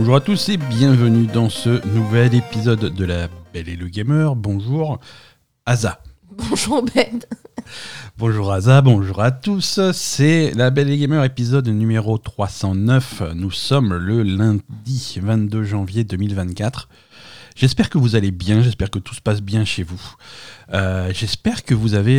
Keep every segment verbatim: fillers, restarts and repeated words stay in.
Bonjour à tous et bienvenue dans ce nouvel épisode de La Belle et le Gamer. Bonjour Aza. Bonjour Ben. Bonjour Aza, bonjour à tous. C'est La Belle et le Gamer, épisode numéro trois cent neuf. Nous sommes le lundi vingt-deux janvier deux mille vingt-quatre. J'espère que vous allez bien, j'espère que tout se passe bien chez vous. Euh, j'espère que vous avez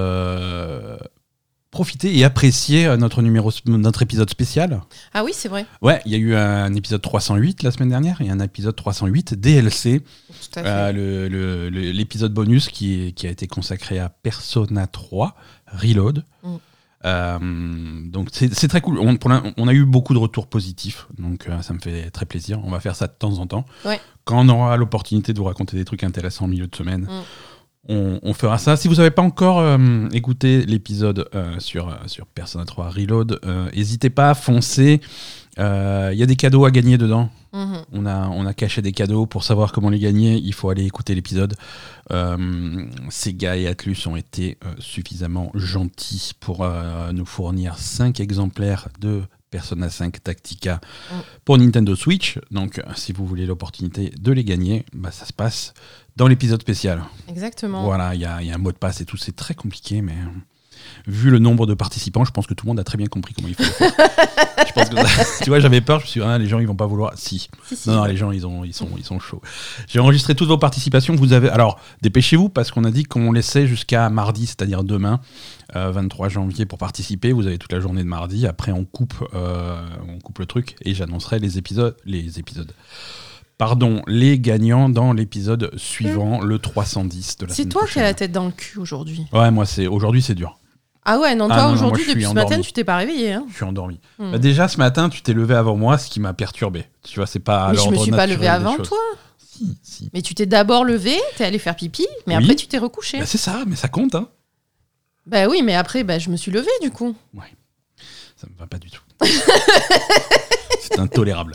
euh, profité et apprécié notre, numéro, notre épisode spécial. Ah oui, c'est vrai. Ouais, il y a eu un épisode trois cent huit la semaine dernière et un épisode trois cent huit D L C. Tout à fait. Euh, le, le, le, l'épisode bonus qui, est, qui a été consacré à Persona trois Reload. Mm. Euh, donc c'est, c'est très cool. On, pour on a eu beaucoup de retours positifs, donc euh, ça me fait très plaisir. On va faire ça de temps en temps. Ouais. Quand on aura l'opportunité de vous raconter des trucs intéressants au milieu de semaine, mm. on, on fera ça. Si vous n'avez pas encore euh, écouté l'épisode euh, sur, euh, sur Persona trois Reload, euh, n'hésitez pas à foncer. Il euh, y a des cadeaux à gagner dedans. Mm-hmm. On a, on a caché des cadeaux. Pour savoir comment les gagner, il faut aller écouter l'épisode. Euh, Sega et Atlus ont été euh, suffisamment gentils pour euh, nous fournir cinq exemplaires de Persona cinq Tactica mm. pour Nintendo Switch. Donc, si vous voulez l'opportunité de les gagner, bah, ça se passe dans l'épisode spécial. Exactement. Voilà, il y a, y a un mot de passe et tout. C'est très compliqué, mais... Vu le nombre de participants, je pense que tout le monde a très bien compris comment il faut le faire. Je pense que, tu vois, j'avais peur, je me suis dit, ah, les gens, ils vont pas vouloir. Si. si, si non, non, les gens, ils, ont, ils, sont, ils sont chauds. J'ai enregistré toutes vos participations. Vous avez... Alors, dépêchez-vous, parce qu'on a dit qu'on laissait jusqu'à mardi, c'est-à-dire demain, euh, vingt-trois janvier, pour participer. Vous avez toute la journée de mardi. Après, on coupe, euh, on coupe le truc et j'annoncerai les épisodes. Les épisodes. Pardon, les gagnants dans l'épisode suivant, mmh. le trois cent dix de la C'est semaine toi prochaine. qui as la tête dans le cul aujourd'hui. Ouais, moi, c'est... aujourd'hui, c'est dur. Ah ouais, non, toi, ah non, aujourd'hui, non, moi, depuis ce endormi. matin, tu t'es pas réveillé. Hein. Je suis endormi. Hmm. Bah déjà, ce matin, tu t'es levé avant moi, ce qui m'a perturbé. Tu vois, c'est pas à mais l'ordre je me suis pas levé avant choses. toi. Si, si. Mais tu t'es d'abord levé, t'es allé faire pipi, mais oui. après, tu t'es recouché. Bah c'est ça, mais ça compte, hein. Bah oui, mais après, bah, je me suis levé, du coup. Ouais, ça me va pas du tout. C'est intolérable.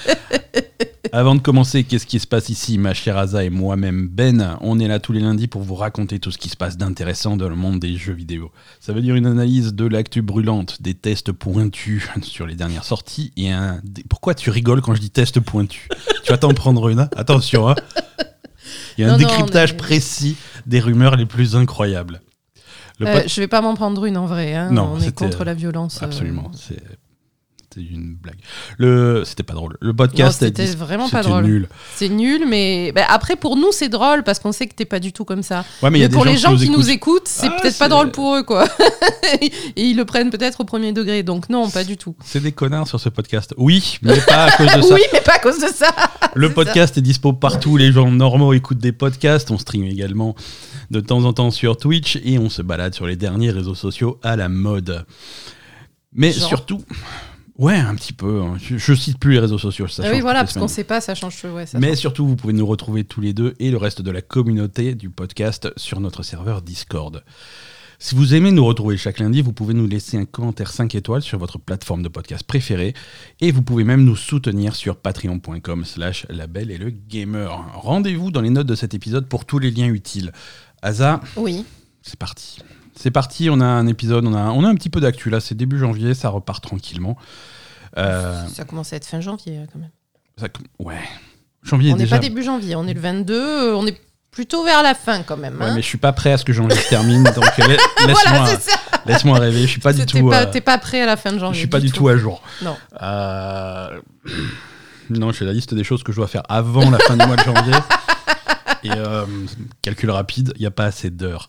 Avant de commencer, qu'est-ce qui se passe ici, ma chère Aza et moi-même Ben? On est là tous les lundis pour vous raconter tout ce qui se passe d'intéressant dans le monde des jeux vidéo. Ça veut dire une analyse de l'actu brûlante, des tests pointus sur les dernières sorties et un... Pourquoi tu rigoles quand je dis test pointu? Tu vas t'en prendre une, hein? Attention, hein. Il y a un non, décryptage non, mais... précis des rumeurs les plus incroyables. Le euh, pot... Je vais pas m'en prendre une en vrai, hein. Non, on est contre la violence. Absolument, euh... c'est... C'était une blague. Le... C'était pas drôle. Le podcast, non, c'était dit... vraiment c'était pas drôle. Nul. C'est nul, mais bah, après pour nous c'est drôle parce qu'on sait que t'es pas du tout comme ça. Ouais, mais, mais y a pour des les gens, gens qui, qui nous nous écoutent, écoutent, c'est ah, peut-être c'est... pas drôle pour eux, quoi. Et ils le prennent peut-être au premier degré. Donc non, pas du tout. C'est des connards sur ce podcast. Oui, mais pas à cause de ça. Oui, mais pas à cause de ça. Le podcast ça. est dispo partout. Les gens normaux écoutent des podcasts. On stream également de temps en temps sur Twitch et on se balade sur les derniers réseaux sociaux à la mode. Mais Genre. surtout. Ouais, un petit peu. Je, je cite plus les réseaux sociaux. Ça ah oui, voilà, parce semaines. qu'on sait pas, ça change tout. Ouais, ça Mais change. surtout, vous pouvez nous retrouver tous les deux et le reste de la communauté du podcast sur notre serveur Discord. Si vous aimez nous retrouver chaque lundi, vous pouvez nous laisser un commentaire cinq étoiles sur votre plateforme de podcast préférée et vous pouvez même nous soutenir sur patreon.com slash label et le gamer. Rendez-vous dans les notes de cet épisode pour tous les liens utiles. Aza, oui. C'est parti. C'est parti, on a un épisode, on a, on a un petit peu d'actu là, c'est début janvier, ça repart tranquillement. Euh, ça commence à être fin janvier quand même. Ça, ouais, janvier On n'est déjà... pas début janvier, on est le vingt-deux, on est plutôt vers la fin quand même. Ouais, hein. mais je suis pas prêt à ce que janvier se termine, donc laisse-moi, voilà, laisse-moi rêver, je suis pas t'es du tout... Pas, euh, t'es pas prêt à la fin de janvier. Je suis pas du tout, tout à jour. Non. Euh... Non, j'ai la liste des choses que je dois faire avant la fin du mois de janvier. Et euh, calcul rapide, il n'y a pas assez d'heures.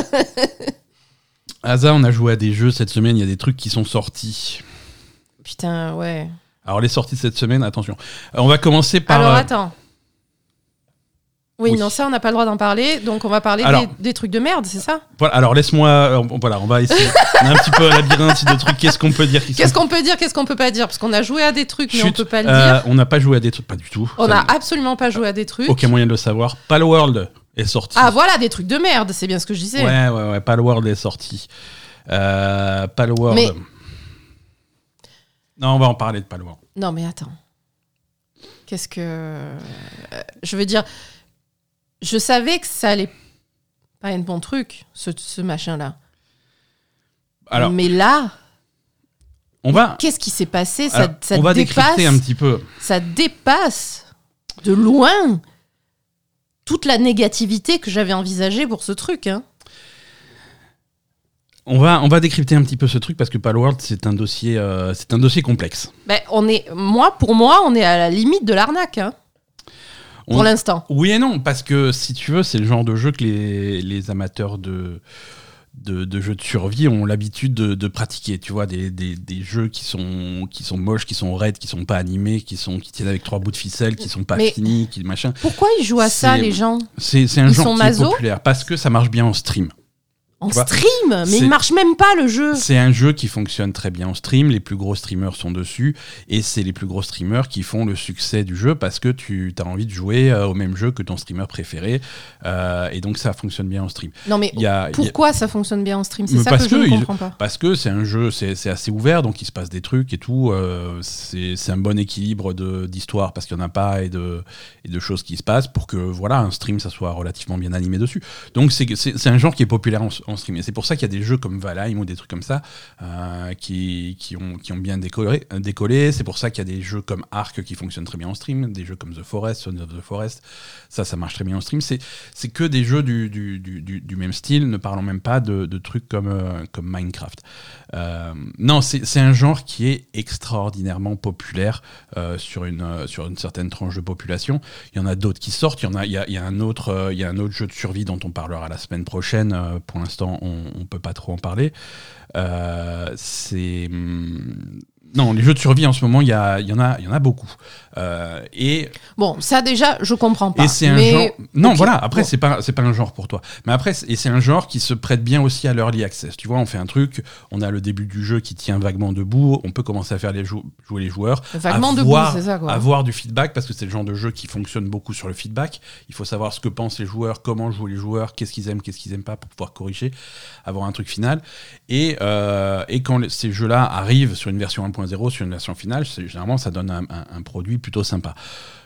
Aza, on a joué à des jeux cette semaine, il y a des trucs qui sont sortis. Putain, ouais. Alors, les sorties de cette semaine, attention. On va commencer par... Alors, euh... attends. Oui, oui, non, ça, on n'a pas le droit d'en parler, donc on va parler alors, des, des trucs de merde, c'est ça? Voilà, alors laisse-moi... Euh, voilà, on va essayer... on a un petit peu un labyrinthe de trucs, qu'est-ce qu'on peut dire? Qu'est-ce sont... qu'on peut dire, qu'est-ce qu'on peut pas dire? Parce qu'on a joué à des trucs, Chut, mais on peut pas le euh, dire. On n'a pas joué à des trucs, pas du tout. On n'a absolument pas joué à des trucs. Aucun moyen de le savoir. Palworld est sorti. Ah, voilà, des trucs de merde, c'est bien ce que je disais. Ouais, ouais, ouais, Palworld est sorti. Euh, Palworld... Mais... Non, on va en parler de Palworld. Non, mais attends. Qu'est-ce que... Euh, je veux dire... Je savais que ça allait pas être bon truc, ce, ce machin-là. Alors, mais là... On va... Qu'est-ce qui s'est passé? Ça, Alors, ça On va dépasse, décrypter un petit peu. Ça dépasse de loin toute la négativité que j'avais envisagée pour ce truc. Hein. On va, on va décrypter un petit peu ce truc parce que Palworld, c'est un dossier, euh, c'est un dossier complexe. Ben, on est, moi, pour moi, on est à la limite de l'arnaque. Hein. Pour On... l'instant. Oui et non, parce que si tu veux, c'est le genre de jeu que les, les amateurs de, de, de jeux de survie ont l'habitude de, de pratiquer. Tu vois, des, des, des jeux qui sont, qui sont moches, qui sont raides, qui sont pas animés, qui, sont, qui tiennent avec trois bouts de ficelle, qui sont pas Mais finis, qui machin. Pourquoi ils jouent à ça, C'est- les gens? C'est, c'est un Ils genre sont qui maso est populaire parce que ça marche bien en stream. En Tu vois, stream? Mais c'est- il marche même pas, le jeu. C'est un jeu qui fonctionne très bien en stream, les plus gros streamers sont dessus, et c'est les plus gros streamers qui font le succès du jeu parce que tu as envie de jouer euh, au même jeu que ton streamer préféré, euh, et donc ça fonctionne bien en stream. Non, mais Il y a- il y a- pourquoi ça fonctionne bien en stream? C'est Mais ça parce que je ne que il- comprends pas. Parce que c'est un jeu, c'est, c'est assez ouvert, donc il se passe des trucs et tout, euh, c'est, c'est un bon équilibre de, d'histoire parce qu'il n'y en a pas et de, et de choses qui se passent pour que voilà, un stream ça soit relativement bien animé dessus. Donc c'est, c'est, c'est un genre qui est populaire en, en stream, et c'est pour ça qu'il y a des jeux comme Valheim ou des trucs comme ça euh, qui, qui, ont, qui ont bien décollé, décollé. C'est pour ça qu'il y a des jeux comme Ark qui fonctionnent très bien en stream, des jeux comme The Forest, Son of the Forest, ça, ça marche très bien en stream. C'est, c'est que des jeux du, du, du, du, du même style, ne parlons même pas de, de trucs comme, euh, comme Minecraft. Euh, non, c'est, c'est un genre qui est extraordinairement populaire euh, sur, une, euh, sur une certaine tranche de population. Il y en a d'autres qui sortent. Il y en a, il y a, il y a un autre, euh, il y a un autre jeu de survie dont on parlera la semaine prochaine. Euh, pour l'instant, on ne peut pas trop en parler. Euh, c'est hum, non, les jeux de survie en ce moment, il y, a, il y en a, il y en a beaucoup. Euh, et Bon, ça déjà, je comprends pas. et c'est un mais... genre. Non, Ok, voilà. Après, bon. c'est pas, c'est pas un genre pour toi. Mais après, c'est- et c'est un genre qui se prête bien aussi à l'early access. Tu vois, on fait un truc, on a le début du jeu qui tient vaguement debout. On peut commencer à faire les jou- jouer les joueurs, Vaguement à debout, voir- c'est ça, quoi. avoir du feedback parce que c'est le genre de jeu qui fonctionne beaucoup sur le feedback. Il faut savoir ce que pensent les joueurs, comment jouent les joueurs, qu'est-ce qu'ils aiment, qu'est-ce qu'ils aiment pas pour pouvoir corriger, avoir un truc final. Et, euh, et quand les- ces jeux-là arrivent sur une version un point zéro, sur une version finale, c'est- généralement ça donne un, un- un produit plutôt sympa.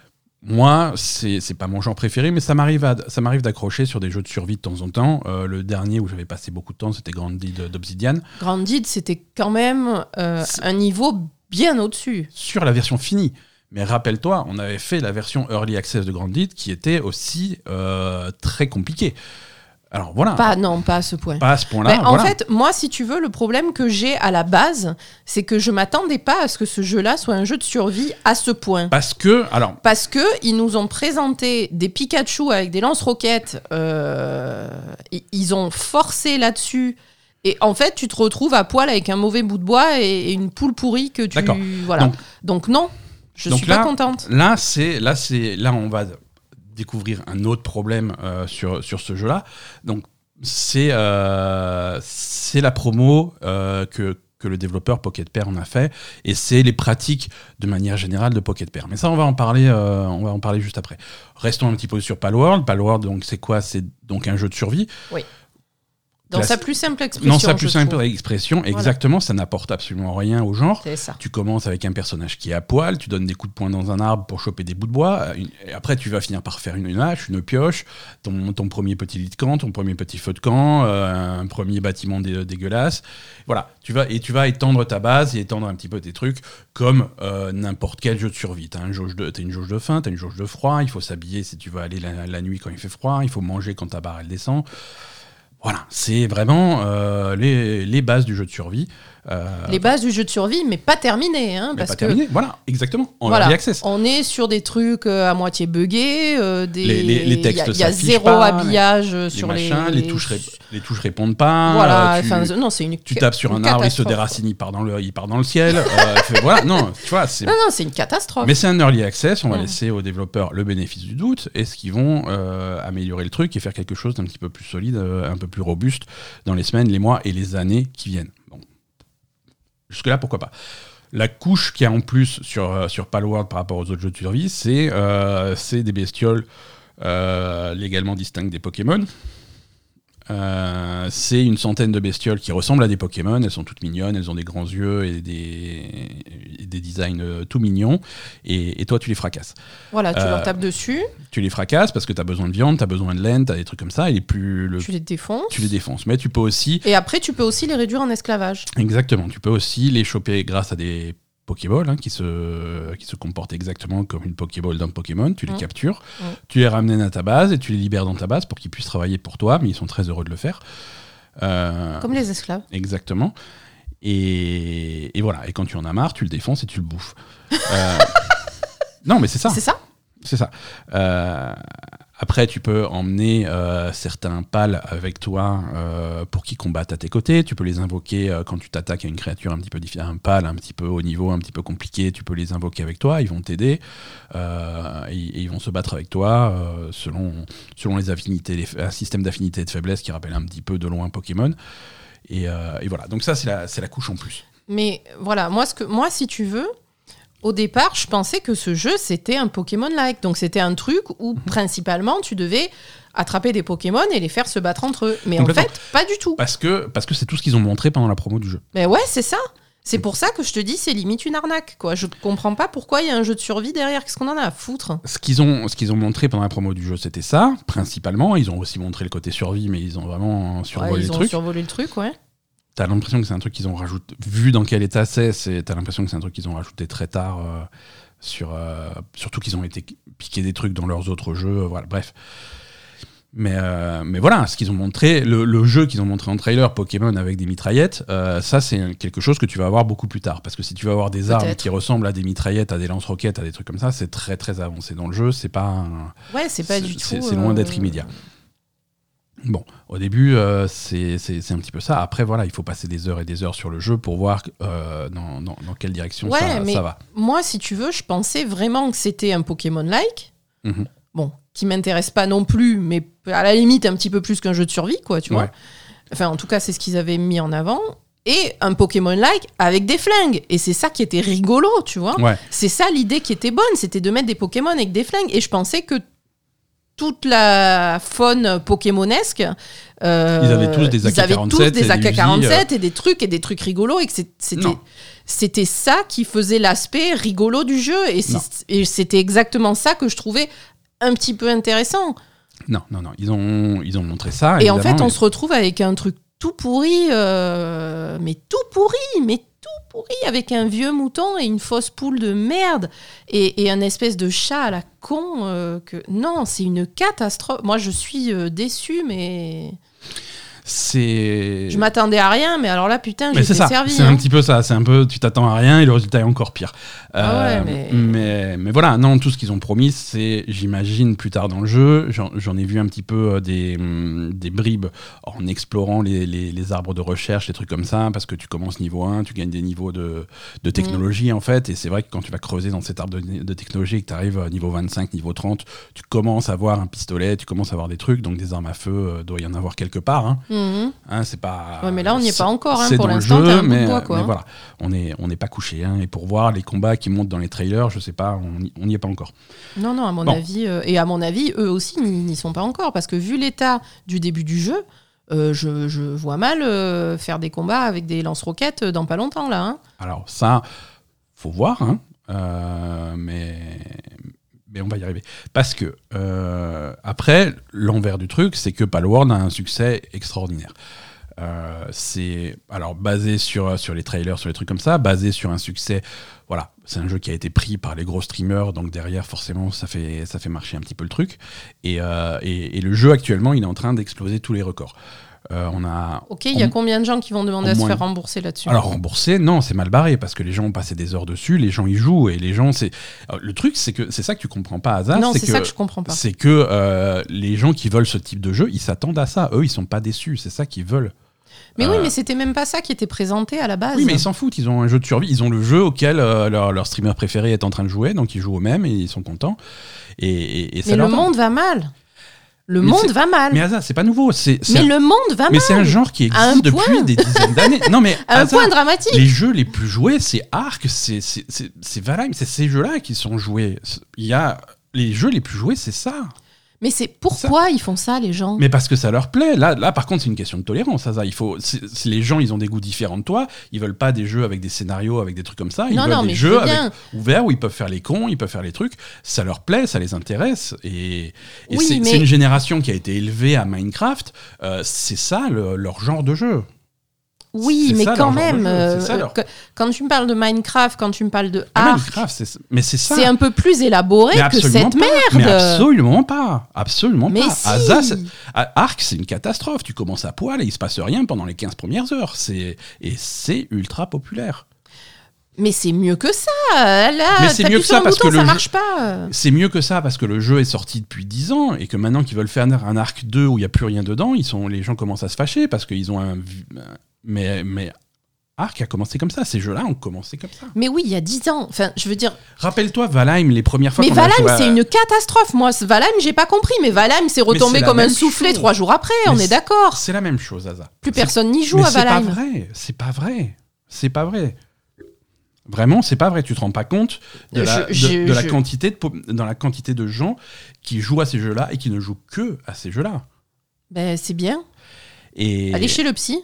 Moi, c'est c'est pas mon genre préféré, mais ça m'arrive à- ça m'arrive d'accrocher sur des jeux de survie de temps en temps. Euh, le dernier où j'avais passé beaucoup de temps, c'était Grounded d'Obsidian. Grounded, c'était quand même euh, C'est- un niveau bien au-dessus. Sur la version finie. Mais rappelle-toi, on avait fait la version Early Access de Grounded qui était aussi euh, très compliquée. Alors voilà. Pas, non, pas à ce point. Pas à ce point-là. Ben, en voilà. fait, moi, si tu veux, le problème que j'ai à la base, c'est que je m'attendais pas à ce que ce jeu-là soit un jeu de survie à ce point. Parce que, alors, Parce que ils nous ont présenté des Pikachu avec des lance-roquettes, euh, et ils ont forcé là-dessus. Et en fait, tu te retrouves à poil avec un mauvais bout de bois et, et une poule pourrie que tu. D'accord. Voilà. Donc- Donc, non, je donc suis là, pas contente. Là, c'est, là, c'est, là, on va découvrir un autre problème euh, sur, sur ce jeu-là. Donc, c'est, euh, c'est la promo euh, que, que le développeur Pocket Pair en a fait, et c'est les pratiques de manière générale de Pocket Pair. Mais ça, on va en parler, euh, on va en parler juste après. Restons un petit peu sur Palworld. Palworld, donc, c'est quoi? C'est donc un jeu de survie. Oui. Dans Classe- sa plus simple expression. Dans sa je plus trouve. simple expression, exactement, ça n'apporte absolument rien au genre. C'est ça. Tu commences avec un personnage qui est à poil, tu donnes des coups de poing dans un arbre pour choper des bouts de bois, une- et après tu vas finir par faire une, une hache, une pioche, ton, ton premier petit lit de camp, ton premier petit feu de camp, euh, un premier bâtiment dé- dégueulasse. Voilà, tu vas, et tu vas étendre ta base et étendre un petit peu tes trucs comme euh, n'importe quel jeu de survie. Tu as un jauge de, t'as une jauge de faim, tu as une jauge de froid, il faut s'habiller si tu veux aller la, la nuit quand il fait froid, il faut manger quand ta barre elle descend. Voilà, c'est vraiment euh, les, les bases du jeu de survie. Euh, Les bases du jeu de survie, mais pas terminées. Hein, mais parce pas que terminé. Voilà, exactement. En voilà, early access. on est sur des trucs euh, à moitié buggés. euh, des... Les- les- les textes Il y a, il y a s'affichent zéro pas, habillage Les sur les. machins, les, touches, ré- les touches répondent pas. Voilà, euh, tu, enfin, non, c'est une. tu tapes sur une un arbre, il se catastrophe. déracine, il part dans le, il part dans le ciel. euh, fait- voilà, non, tu vois, c'est. Non, non, c'est une catastrophe. Mais c'est un early access, on va Mm. laisser aux développeurs le bénéfice du doute. Est-ce qu'ils vont euh, améliorer le truc et faire quelque chose d'un petit peu plus solide, euh, un peu plus robuste dans les semaines, les mois et les années qui viennent? Bon. Jusque-là, pourquoi pas. La couche qu'il y a en plus sur, euh, sur Palworld par rapport aux autres jeux de survie, c'est euh, c'est des bestioles euh, légalement distinctes des Pokémon. Euh, c'est une centaine de bestioles qui ressemblent à des Pokémon, elles sont toutes mignonnes, elles ont des grands yeux et des, et des des designs euh, tout mignons, et, et toi tu les fracasses. Voilà, tu Euh, leur tapes dessus, Tu les fracasses parce que tu as besoin de viande, tu as besoin de laine, tu as des trucs comme ça, et les plus, le, tu les défonces. tu les défonces. Mais tu peux aussi, Et après, tu peux aussi les réduire en esclavage. exactement, tu peux aussi les choper grâce à des Pokéballs hein, qui, se, qui se comportent exactement comme une Pokéball d'un Pokémon. Tu les Mmh. captures, Mmh. tu les ramènes à ta base et tu les libères dans ta base pour qu'ils puissent travailler pour toi, mais ils sont très heureux de le faire. Euh, Comme les esclaves. Exactement. Et, et voilà. Et quand tu en as marre, tu le défonces et tu le bouffes. Euh, non, mais c'est ça. C'est ça. C'est ça. Euh, après, tu peux emmener euh, certains pals avec toi euh, pour qu'ils combattent à tes côtés. Tu peux les invoquer euh, quand tu t'attaques à une créature un petit peu différente, un pal un petit peu haut niveau, un petit peu compliqué. Tu peux les invoquer avec toi. Ils vont t'aider euh, et, et ils vont se battre avec toi euh, selon, selon les affinités, les, un système d'affinité et de faiblesse qui rappelle un petit peu de loin Pokémon. Et, euh, et voilà. Donc ça, c'est la, c'est la couche en plus. Mais voilà, moi, ce que, moi, si tu veux, au départ, je pensais que ce jeu, c'était un Pokémon-like. Donc, c'était un truc où, mmh. principalement, tu devais attraper des Pokémon et les faire se battre entre eux. Mais en fait, pas du tout. Parce que, parce que c'est tout ce qu'ils ont montré pendant la promo du jeu. Mais ouais, c'est ça. C'est pour ça que je te dis, c'est limite une arnaque, quoi. Je comprends pas pourquoi il y a un jeu de survie derrière. Qu'est-ce qu'on en a à foutre ? Ce qu'ils ont, ce qu'ils ont montré pendant la promo du jeu, c'était ça, principalement. Ils ont aussi montré le côté survie, mais ils ont vraiment survolé ouais, ils le ont truc. survolé le truc, ouais. T'as l'impression que c'est un truc qu'ils ont rajouté, vu dans quel état c'est, c'est t'as l'impression que c'est un truc qu'ils ont rajouté très tard, euh, sur, euh, surtout qu'ils ont été piqués des trucs dans leurs autres jeux, euh, voilà, bref. Mais, euh, mais voilà, ce qu'ils ont montré, le, le jeu qu'ils ont montré en trailer, Pokémon avec des mitraillettes, euh, ça c'est quelque chose que tu vas avoir beaucoup plus tard. Parce que si tu vas avoir des armes Peut-être. qui ressemblent à des mitraillettes, à des lance-roquettes, à des trucs comme ça, c'est très très avancé dans le jeu, c'est pas un... Ouais, c'est pas du c'est, tout... c'est loin euh... d'être immédiat. Bon, au début, euh, c'est, c'est, c'est un petit peu ça. Après, voilà, il faut passer des heures et des heures sur le jeu pour voir euh, dans, dans, dans quelle direction ouais, ça, mais ça va. Moi, si tu veux, je pensais vraiment que c'était un Pokémon-like. Mm-hmm. Bon, qui m'intéresse pas non plus, mais à la limite un petit peu plus qu'un jeu de survie, quoi, tu Ouais. vois. Enfin, en tout cas, c'est ce qu'ils avaient mis en avant. Et un Pokémon-like avec des flingues. Et c'est ça qui était rigolo, tu vois. Ouais. C'est ça l'idée qui était bonne, c'était de mettre des Pokémon avec des flingues. Et je pensais que toute la faune pokémonesque, euh, Ils avaient tous des A K ils avaient tous quarante-sept des et A K des quarante-sept et des trucs et des trucs rigolos et que c'est- c'était Non. c'était ça qui faisait l'aspect rigolo du jeu et, Non. c'est- et c'était exactement ça que je trouvais un petit peu intéressant. Non, non, non, ils ont, ils ont montré ça. Et en fait, évidemment, on mais- se retrouve avec un truc tout pourri, euh, mais tout pourri, mais tout pourri, avec un vieux mouton et une fausse poule de merde et, et un espèce de chat à la con. euh, que... Non, c'est une catastrophe. Moi, je suis euh, déçue, mais c'est... je m'attendais à rien. Mais alors là, putain, Mais j'ai c'est été ça, servi. c'est hein. un petit peu ça. C'est un peu, tu t'attends à rien et le résultat est encore pire. Ah ouais, Euh, mais- mais... mais voilà, non, tout ce qu'ils ont promis, c'est, j'imagine, plus tard dans le jeu. J'en, j'en ai vu un petit peu euh, des, hum, des bribes en explorant les, les, les arbres de recherche, les trucs comme ça, parce que tu commences niveau un, tu gagnes des niveaux de, de technologie, en fait. Et c'est vrai que quand tu vas creuser dans cet arbre de, de technologie et que tu arrives à niveau vingt-cinq, niveau trente, tu commences à voir un pistolet, tu commences à voir des trucs, donc des armes à feu, euh, doit y en avoir quelque part. Hein. Mhm. Hein, c'est pas. Ouais, mais là, on n'y est c'est- pas encore, hein. c'est Pour dans le l'instant, jeu, t'as un bout de mais, bois, quoi, mais hein. voilà, on n'est on n'est pas couché. Hein, et pour voir les combats qui montent dans les trailers, je sais pas, on n'y- on n'y est pas encore. Non, non, à mon Bon. avis, euh, et à mon avis, eux aussi n'y n'y sont pas encore, parce que vu l'état du début du jeu, euh, je, je vois mal euh, faire des combats avec des lance-roquettes dans pas longtemps, là. Hein. Alors ça, faut voir, hein, euh, mais mais on va y arriver. Parce que euh, après, l'envers du truc, c'est que Palworld a un succès extraordinaire. Euh, c'est alors basé sur, sur les trailers, sur les trucs comme ça, basé sur un succès. Voilà, c'est un jeu qui a été pris par les gros streamers, donc derrière forcément ça fait, ça fait marcher un petit peu le truc. Et, euh, et, et le jeu actuellement, il est en train d'exploser tous les records. Euh, on a. Ok, il y a on- combien de gens qui vont demander au à se moins- faire rembourser là-dessus? Alors rembourser, non, c'est mal barré parce que les gens ont passé des heures dessus, les gens y jouent et les gens, c'est Alors, le truc, c'est que c'est ça que tu comprends pas, Hazard, Non, c'est c'est que ça que je comprends pas. c'est que euh, les gens qui veulent ce type de jeu, ils s'attendent à ça. Eux, ils sont pas déçus, c'est ça qu'ils veulent. Mais Euh, oui, mais c'était même pas ça qui était présenté à la base. Oui, mais ils s'en foutent. Ils ont un jeu de survie. Ils ont le jeu auquel euh, leur, leur streamer préféré est en train de jouer, donc ils jouent au même et ils sont contents. Et, et, et ça mais le leur va. monde va mal. Le Mais monde c'est- va mal. Mais Mais, Hazard, c'est pas nouveau. C'est, c'est un- le monde va mais mal. c'est un genre qui À un existe depuis point. des dizaines d'années. Non, mais À un Hazard, point dramatique. les jeux les plus joués, c'est Ark, c'est, c'est, c'est, c'est Valheim, c'est ces jeux-là qui sont joués. Il y a les jeux les plus joués, c'est ça. Mais c'est pourquoi ça. Ils font ça, les gens? Mais parce que ça leur plaît. Là, là par contre, c'est une question de tolérance. Ça, ça. Il faut, c'est, c'est les gens, ils ont des goûts différents de toi. Ils veulent pas des jeux avec des scénarios, avec des trucs comme ça. Ils non, veulent non, des mais jeux avec, ouverts où ils peuvent faire les cons, ils peuvent faire les trucs. Ça leur plaît, ça les intéresse. Et, et oui, c'est, mais... c'est une génération qui a été élevée à Minecraft. Euh, c'est ça le, leur genre de jeu. Oui, c'est mais ça, quand même, euh, ça, leur... quand tu me parles de Minecraft, quand tu me parles de ah, Ark, Minecraft, c'est... mais c'est ça. C'est un peu plus élaboré que cette pas. merde. Mais absolument pas, absolument mais pas. Si. Asa, c'est... Ark, c'est une catastrophe. Tu commences à poil et il se passe rien pendant les quinze premières heures. C'est... Et c'est ultra populaire. Mais c'est mieux que ça. Là, mais c'est mieux que ça parce bouton, que le ça jeu... marche pas. C'est mieux que ça parce que le jeu est sorti depuis dix ans et que maintenant qu'ils veulent faire un Ark deux où il y a plus rien dedans, ils sont... les gens commencent à se fâcher parce qu'ils ont un. Mais mais. Ark a commencé comme ça, ces jeux-là ont commencé comme ça. Mais oui, il y a dix ans. Enfin, je veux dire. Rappelle-toi Valheim, les premières fois. Mais qu'on Valheim, a c'est à... une catastrophe. Moi, Valheim, j'ai pas compris. Mais Valheim, c'est retombé c'est comme un soufflet chose. trois jours après. Mais on est d'accord. C'est la même chose, Asa. Plus c'est... personne n'y joue mais à Valheim. C'est pas vrai. C'est pas vrai. C'est pas vrai. Vraiment, c'est pas vrai. Tu te rends pas compte de la, je, de, de la je... quantité de dans la quantité de gens qui jouent à ces jeux-là et qui ne jouent que à ces jeux-là. Ben, c'est bien. Et... Allez chez le psy.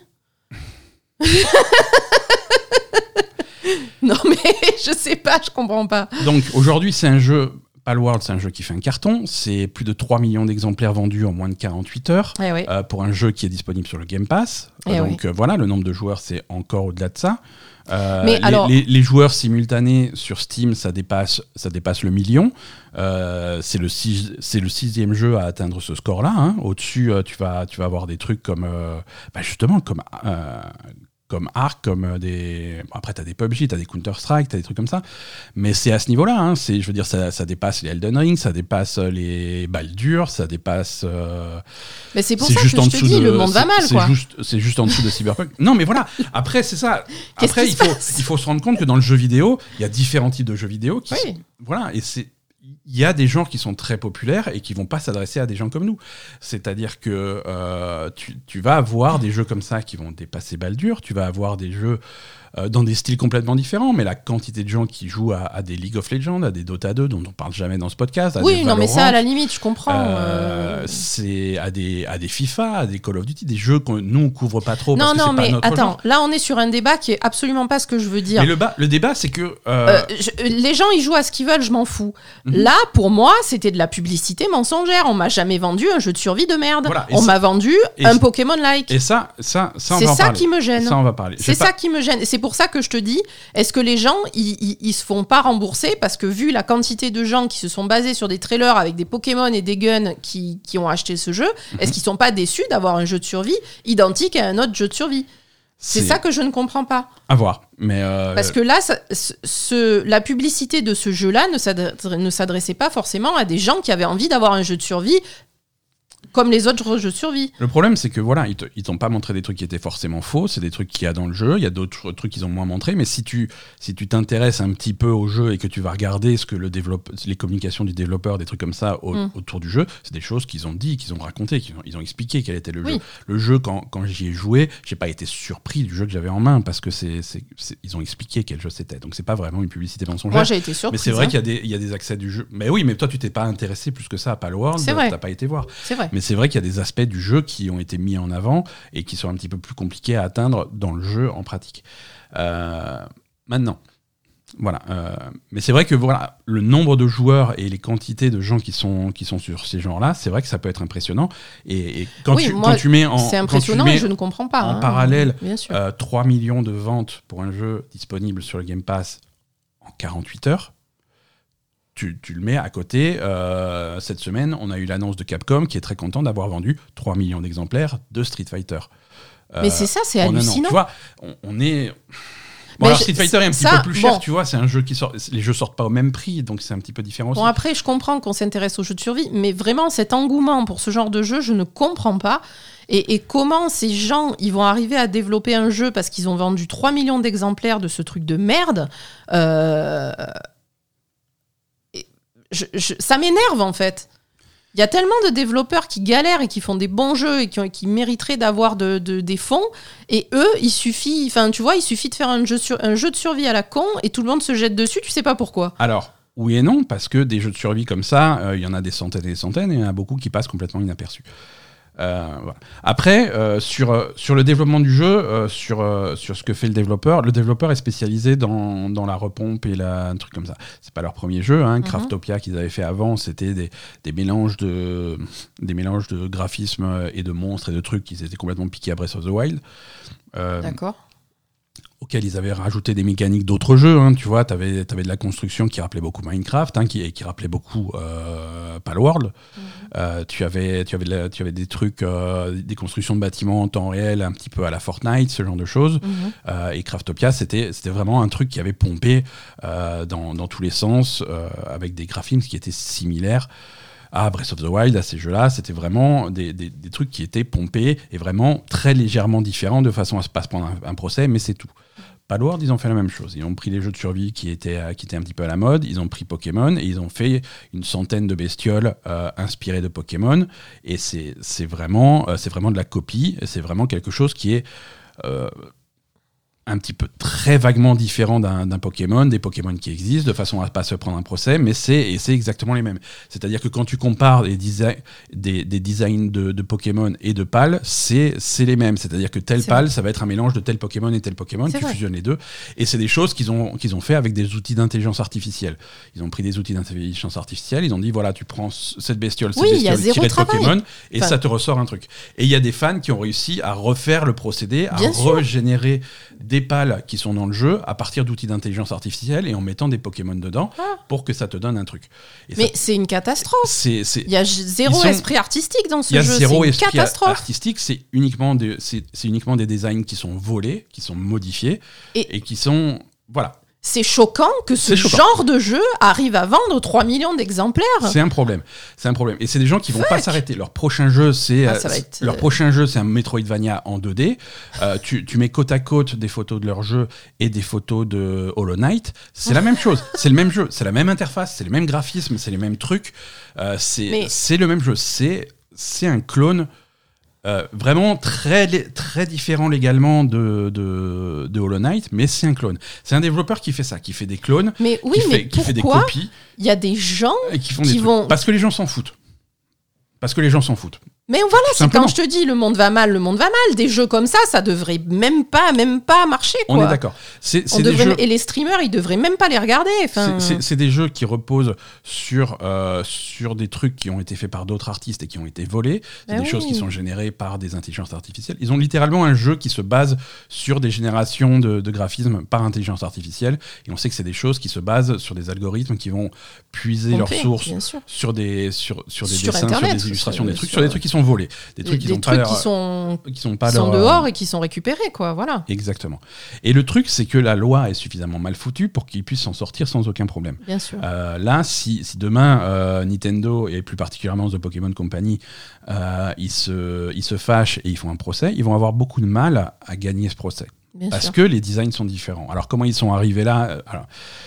Non mais je sais pas, je comprends pas. Donc aujourd'hui c'est un jeu, Palworld, c'est un jeu qui fait un carton, c'est plus de trois millions d'exemplaires vendus en moins de quarante-huit heures eh oui. euh, pour un jeu qui est disponible sur le Game Pass. Eh Donc oui. euh, voilà, le nombre de joueurs c'est encore au-delà de ça. Euh, mais les, alors... les, les joueurs simultanés sur Steam, ça dépasse, ça dépasse le million. Euh, c'est, le six, c'est le sixième jeu à atteindre ce score-là. Hein. Au-dessus, euh, tu, vas, tu vas avoir des trucs comme, euh, bah justement, comme... Euh, comme Ark, comme des... Bon, après, t'as des P U B G, t'as des Counter-Strike, t'as des trucs comme ça. Mais c'est à ce niveau-là. Hein. C'est, je veux dire, ça, ça dépasse les Elden Ring, ça dépasse les Baldur, ça dépasse... Euh... Mais c'est pour c'est ça que je te dis, de... le monde c'est, va mal, c'est quoi. Juste, c'est juste en dessous de Cyberpunk. Non, mais voilà. Après, c'est ça. Après, il faut, il faut se rendre compte que dans le jeu vidéo, il y a différents types de jeux vidéo. Qui oui. sont... Voilà, et c'est... Il y a des genres qui sont très populaires et qui vont pas s'adresser à des gens comme nous. C'est-à-dire que euh, tu, tu vas avoir des jeux comme ça qui vont dépasser Baldur, tu vas avoir des jeux euh, dans des styles complètement différents, mais la quantité de gens qui jouent à, à des League of Legends, à des Dota deux, dont on parle jamais dans ce podcast, à oui, des non, Valorant, mais ça, à la limite, je comprends. Euh, euh... C'est à des, à des FIFA, à des Call of Duty, des jeux que nous, on couvre pas trop. Non, parce non, que c'est mais pas notre attends, genre. Là, on est sur un débat qui est absolument pas ce que je veux dire. Mais le, bas, le débat, c'est que... Euh... Euh, je, les gens, ils jouent à ce qu'ils veulent, je m'en fous. Mm-hmm. Là, pour moi, c'était de la publicité mensongère. On m'a jamais vendu un jeu de survie de merde. Voilà, on m'a vendu un Pokémon-like. Et ça, ça, ça on c'est va en ça parler. qui me gêne. Ça, on va parler. C'est J'ai ça pas... qui me gêne. Et c'est pour ça que je te dis, est-ce que les gens, ils, ils, ils se font pas rembourser parce que vu la quantité de gens qui se sont basés sur des trailers avec des Pokémon et des guns qui, qui ont acheté ce jeu, mm-hmm. est-ce qu'ils sont pas déçus d'avoir un jeu de survie identique à un autre jeu de survie ? C'est, c'est ça que je ne comprends pas. À voir. Mais euh... Parce que là, ça, ce, la publicité de ce jeu-là ne, s'adressait, ne s'adressait pas forcément à des gens qui avaient envie d'avoir un jeu de survie comme les autres jeux de survie. Le problème, c'est que voilà, ils, te, ils t'ont pas montré des trucs qui étaient forcément faux, c'est des trucs qu'il y a dans le jeu, il y a d'autres trucs qu'ils ont moins montrés, mais si tu, si tu t'intéresses un petit peu au jeu et que tu vas regarder ce que le développe, les communications du développeur, des trucs comme ça au, mm. autour du jeu, c'est des choses qu'ils ont dit, qu'ils ont raconté, qu'ils ont, ils ont expliqué quel était le oui. jeu. Le jeu, quand, quand j'y ai joué, j'ai pas été surpris du jeu que j'avais en main parce que c'est, c'est, c'est, ils ont expliqué quel jeu c'était. Donc c'est pas vraiment une publicité mensongère. Moi j'ai été surpris. Mais c'est vrai hein. qu'il y a, des, il y a des accès du jeu. Mais oui, mais toi tu t'es pas intéressé plus que ça à Palworld, c'est vrai. T'as pas été voir. C'est vrai. Mais c'est vrai qu'il y a des aspects du jeu qui ont été mis en avant et qui sont un petit peu plus compliqués à atteindre dans le jeu en pratique. Euh, maintenant, voilà. Euh, mais c'est vrai que voilà, le nombre de joueurs et les quantités de gens qui sont, qui sont sur ces genres-là, c'est vrai que ça peut être impressionnant. Et, et quand, oui, tu, moi, quand tu mets en, c'est impressionnant, mais je ne comprends pas. En hein, parallèle, euh, trois millions de ventes pour un jeu disponible sur le Game Pass en quarante-huit heures. Tu, tu le mets à côté. Euh, cette semaine, on a eu l'annonce de Capcom qui est très content d'avoir vendu trois millions d'exemplaires de Street Fighter. Euh, mais c'est ça, c'est hallucinant. Tu vois, on, on est... Bon, alors Street Fighter est un petit ça, peu plus cher, bon. tu vois, c'est un jeu qui sort... Les jeux sortent pas au même prix, donc c'est un petit peu différent aussi. Bon, après, je comprends qu'on s'intéresse aux jeux de survie, mais vraiment, cet engouement pour ce genre de jeu, je ne comprends pas. Et, et comment ces gens, ils vont arriver à développer un jeu parce qu'ils ont vendu trois millions d'exemplaires de ce truc de merde euh... Je, je, ça m'énerve en fait. Il y a tellement de développeurs qui galèrent et qui font des bons jeux et qui, ont, qui mériteraient d'avoir de, de, des fonds. Et eux, il suffit, enfin tu vois, il suffit de faire un jeu, sur, un jeu de survie à la con et tout le monde se jette dessus. Tu sais pas pourquoi. Alors, oui et non, parce que des jeux de survie comme ça, il euh, y en a des centaines et des centaines, et il y en a beaucoup qui passent complètement inaperçus. Euh, voilà. Après, euh, sur, euh, sur le développement du jeu, euh, sur, euh, sur ce que fait le développeur, le développeur est spécialisé dans, dans la repompe et la, un truc comme ça. C'est pas leur premier jeu, hein. Mm-hmm. Craftopia qu'ils avaient fait avant, c'était des, des, mélanges de, des mélanges de graphismes et de monstres et de trucs qui étaient complètement piqués à Breath of the Wild. Euh, D'accord. Auxquels ils avaient rajouté des mécaniques d'autres jeux, hein, tu vois, t'avais, t'avais de la construction qui rappelait beaucoup Minecraft, hein, qui, qui rappelait beaucoup euh, Palworld. Mmh. Euh, tu, avais, tu, avais la, tu avais des trucs, euh, des constructions de bâtiments en temps réel, un petit peu à la Fortnite, ce genre de choses. Mmh. Euh, et Craftopia, c'était, c'était vraiment un truc qui avait pompé euh, dans, dans tous les sens, euh, avec des graphismes qui étaient similaires à Breath of the Wild, à ces jeux-là. C'était vraiment des, des, des trucs qui étaient pompés et vraiment très légèrement différents, de façon à ne pas se prendre un, un procès, mais c'est tout. Palworld, ils ont fait la même chose. Ils ont pris les jeux de survie qui étaient, qui étaient un petit peu à la mode, ils ont pris Pokémon et ils ont fait une centaine de bestioles euh, inspirées de Pokémon. Et c'est, c'est, vraiment, euh, c'est vraiment de la copie, c'est vraiment quelque chose qui est euh, un petit peu très vaguement différent d'un, d'un Pokémon, des Pokémon qui existent, de façon à ne pas se prendre un procès, mais c'est, et c'est exactement les mêmes. C'est-à-dire que quand tu compares les desi- des, des designs de, de Pokémon et de Pal, c'est, c'est les mêmes. C'est-à-dire que tel c'est Pal, vrai. Ça va être un mélange de tel Pokémon et tel Pokémon, c'est tu vrai. Fusionnes les deux, et c'est des choses qu'ils ont, qu'ils ont fait avec des outils d'intelligence artificielle. Ils ont pris des outils d'intelligence artificielle, ils ont dit, voilà, tu prends cette bestiole, cette oui, bestiole tirée de Pokémon, et enfin... ça te ressort un truc. Et il y a des fans qui ont réussi à refaire le procédé, à Bien régénérer sûr. Des pales qui sont dans le jeu à partir d'outils d'intelligence artificielle et en mettant des Pokémon dedans ah. pour que ça te donne un truc. Et mais ça, c'est une catastrophe. C'est, c'est, il y a zéro sont, esprit artistique dans ce jeu. Il y a jeu. zéro c'est une esprit catastrophe. artistique. C'est uniquement, des, c'est, c'est uniquement des designs qui sont volés, qui sont modifiés et, et qui sont... Voilà. C'est choquant que ce choquant. genre de jeu arrive à vendre trois millions d'exemplaires. C'est un problème. C'est un problème. Et c'est des gens qui vont Fuck. pas s'arrêter. Leur prochain jeu, c'est ah, être... leur prochain jeu, c'est un Metroidvania en deux D. Euh, tu, tu mets côte à côte des photos de leur jeu et des photos de Hollow Knight. C'est la même chose. C'est le même jeu. C'est la même interface. C'est les mêmes graphismes. C'est les mêmes trucs. Euh, c'est, Mais... c'est le même jeu. C'est, c'est un clone. Euh, vraiment très, très différent légalement de, de, de Hollow Knight, mais c'est un clone. C'est un développeur qui fait ça, qui fait des clones, mais oui, qui, mais fait, qui fait des copies. Il y a des gens qui, font qui des vont... trucs. Parce que les gens s'en foutent. Parce que les gens s'en foutent. Mais voilà, c'est quand je te dis le monde va mal, le monde va mal. Des jeux comme ça, ça devrait même pas, même pas marcher. Quoi. On est d'accord. C'est, c'est On des devrait, jeux... Et les streamers, ils devraient même pas les regarder. Enfin... C'est, c'est, c'est des jeux qui reposent sur, euh, sur des trucs qui ont été faits par d'autres artistes et qui ont été volés. C'est ben des oui. choses qui sont générées par des intelligences artificielles. Ils ont littéralement un jeu qui se base sur des générations de, de graphismes par intelligence artificielle. Et on sait que c'est des choses qui se basent sur des algorithmes qui vont puiser Pompé, leurs sources sur des, sur, sur des sur dessins, Internet, sur des illustrations, sur, des trucs, sur, sur des trucs qui sont volés. Des trucs, des, qui, des sont trucs pas qui leur, sont, qui sont, pas qui sont leur, dehors et qui sont récupérés, quoi, voilà. Exactement. Et le truc, c'est que la loi est suffisamment mal foutue pour qu'ils puissent s'en sortir sans aucun problème. Bien sûr. Euh, là, si, si demain, euh, Nintendo, et plus particulièrement The Pokémon Company, euh, ils, se, ils se fâchent et ils font un procès, ils vont avoir beaucoup de mal à gagner ce procès. Bien parce sûr. Que les designs sont différents. Alors, comment ils sont arrivés là alors,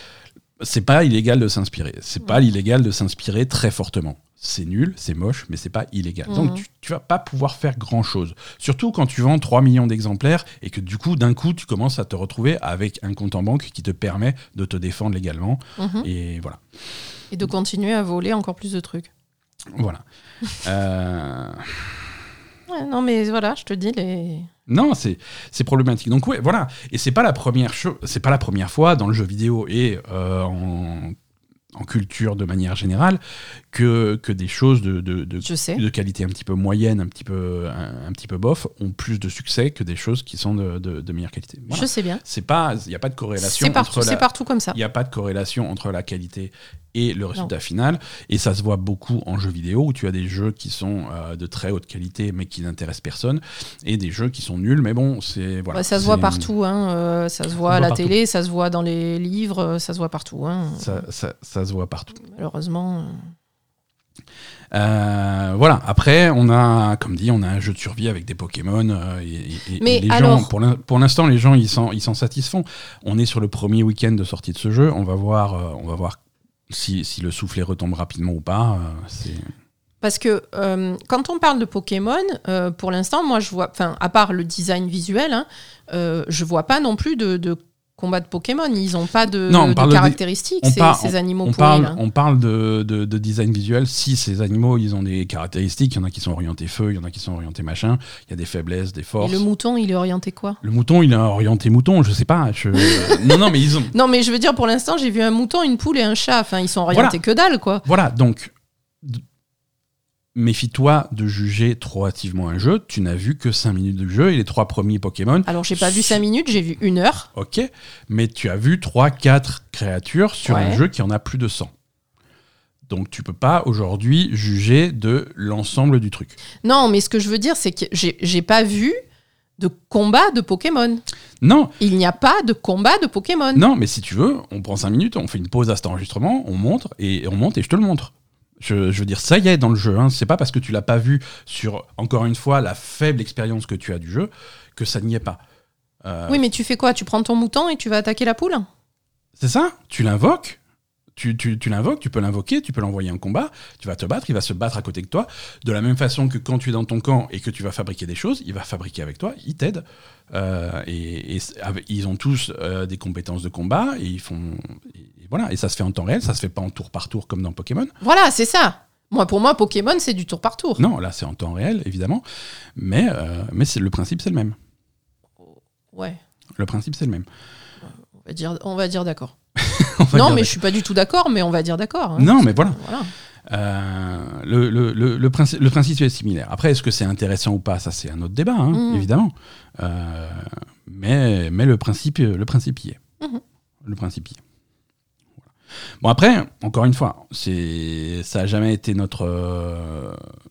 c'est pas illégal de s'inspirer. C'est ouais. pas illégal de s'inspirer très fortement. C'est nul, c'est moche, mais c'est pas illégal. Mmh. Donc tu, tu vas pas pouvoir faire grand chose. Surtout quand tu vends trois millions d'exemplaires et que du coup, d'un coup, tu commences à te retrouver avec un compte en banque qui te permet de te défendre légalement. Mmh. Et voilà. Et de continuer à voler encore plus de trucs. Voilà. euh... ouais, non, mais voilà, je te dis les. Non, c'est, c'est problématique. Donc ouais, voilà. Et c'est pas la première chose, c'est pas la première fois dans le jeu vidéo et euh, en, en culture de manière générale que, que des choses de, de, de, de qualité un petit peu moyenne, un petit peu, un, un petit peu bof, ont plus de succès que des choses qui sont de, de, de meilleure qualité. Voilà. Je sais bien. C'est pas, il n'y a pas de corrélation c'est partout, entre la, c'est partout comme ça. Il n'y a pas de corrélation entre la qualité et le résultat non. final. Et ça se voit beaucoup en jeux vidéo où tu as des jeux qui sont euh, de très haute qualité mais qui n'intéressent personne et des jeux qui sont nuls. Mais bon, c'est voilà. Ouais, ça se c'est... voit partout. Hein. Euh, ça se voit ça à la partout. Télé, ça se voit dans les livres, ça se voit partout. Hein. Ça, ça, ça se voit partout. Malheureusement. Euh, voilà. Après, on a, comme dit, on a un jeu de survie avec des Pokémon. Euh, et, et, Mais et les alors... gens, pour, l'in- pour l'instant, les gens, ils s'en, ils s'en satisfont. On est sur le premier week-end de sortie de ce jeu. On va voir, euh, on va voir si, si le soufflet retombe rapidement ou pas. Euh, c'est... Parce que euh, quand on parle de Pokémon, euh, pour l'instant, moi, je vois, enfin, à part le design visuel, hein, euh, je vois pas non plus de, de combats de Pokémon. Ils n'ont pas de, Non, on de parle de- caractéristiques, on ces, par- ces animaux On pourris. parle, là. on parle de, de, de design visuel. Si ces animaux, ils ont des caractéristiques, il y en a qui sont orientés feu, il y en a qui sont orientés machin. Il y a des faiblesses, des Et forces. le mouton, il est orienté quoi? Le mouton, il est orienté mouton, je sais pas. Je... non, non, mais ils ont. Non, mais je veux dire, pour l'instant, j'ai vu un mouton, une poule et un chat. Enfin, ils sont orientés Voilà. que dalle, quoi. Voilà, donc. d- Méfie-toi de juger trop hâtivement un jeu. Tu n'as vu que cinq minutes de jeu et les trois premiers Pokémon. Alors, j'ai pas vu cinq minutes, j'ai vu une heure. Ok, mais tu as vu trois quatre créatures sur Ouais. un jeu qui en a plus de cent. Donc tu peux pas aujourd'hui juger de l'ensemble du truc. Non, mais ce que je veux dire, c'est que j'ai j'ai pas vu de combat de Pokémon. Non, Il n'y a pas de combat de Pokémon. non, mais si tu veux, on prend cinq minutes, on fait une pause à cet enregistrement, on montre et et on monte et je te le montre. Je, je veux dire, ça y est dans le jeu. Hein. C'est pas parce que tu l'as pas vu sur, encore une fois, la faible expérience que tu as du jeu que ça n'y est pas. Euh, Oui, mais tu fais quoi? Tu prends ton mouton et tu vas attaquer la poule? C'est ça, tu l'invoques, tu, tu, tu l'invoques, tu peux l'invoquer, tu peux l'envoyer en combat, tu vas te battre, il va se battre à côté de toi, de la même façon que quand tu es dans ton camp et que tu vas fabriquer des choses, il va fabriquer avec toi, il t'aide. Euh, et, et c- avec- ils ont tous euh, des compétences de combat, et ils font... Et, et voilà, et ça se fait en temps réel, ça se fait pas en tour par tour comme dans Pokémon. Voilà, c'est ça. Moi, pour moi, Pokémon, c'est du tour par tour. Non, là c'est en temps réel, évidemment, mais, euh, mais c'est, le principe c'est le même. Ouais, Le principe c'est le même. on va dire, on va dire d'accord. On va Non, dire mais je suis pas du tout d'accord, mais on va dire d'accord. hein. Non, mais voilà. Voilà. Euh, le, le, le, le, principe, le principe est similaire. Après, est-ce que c'est intéressant ou pas? Ça, c'est un autre débat, hein, Mhm. évidemment. Euh, mais mais le, principe, le principe y est. Mhm. Le principe y est. Voilà. Bon, après, encore une fois, c'est, ça n'a jamais été notre. euh,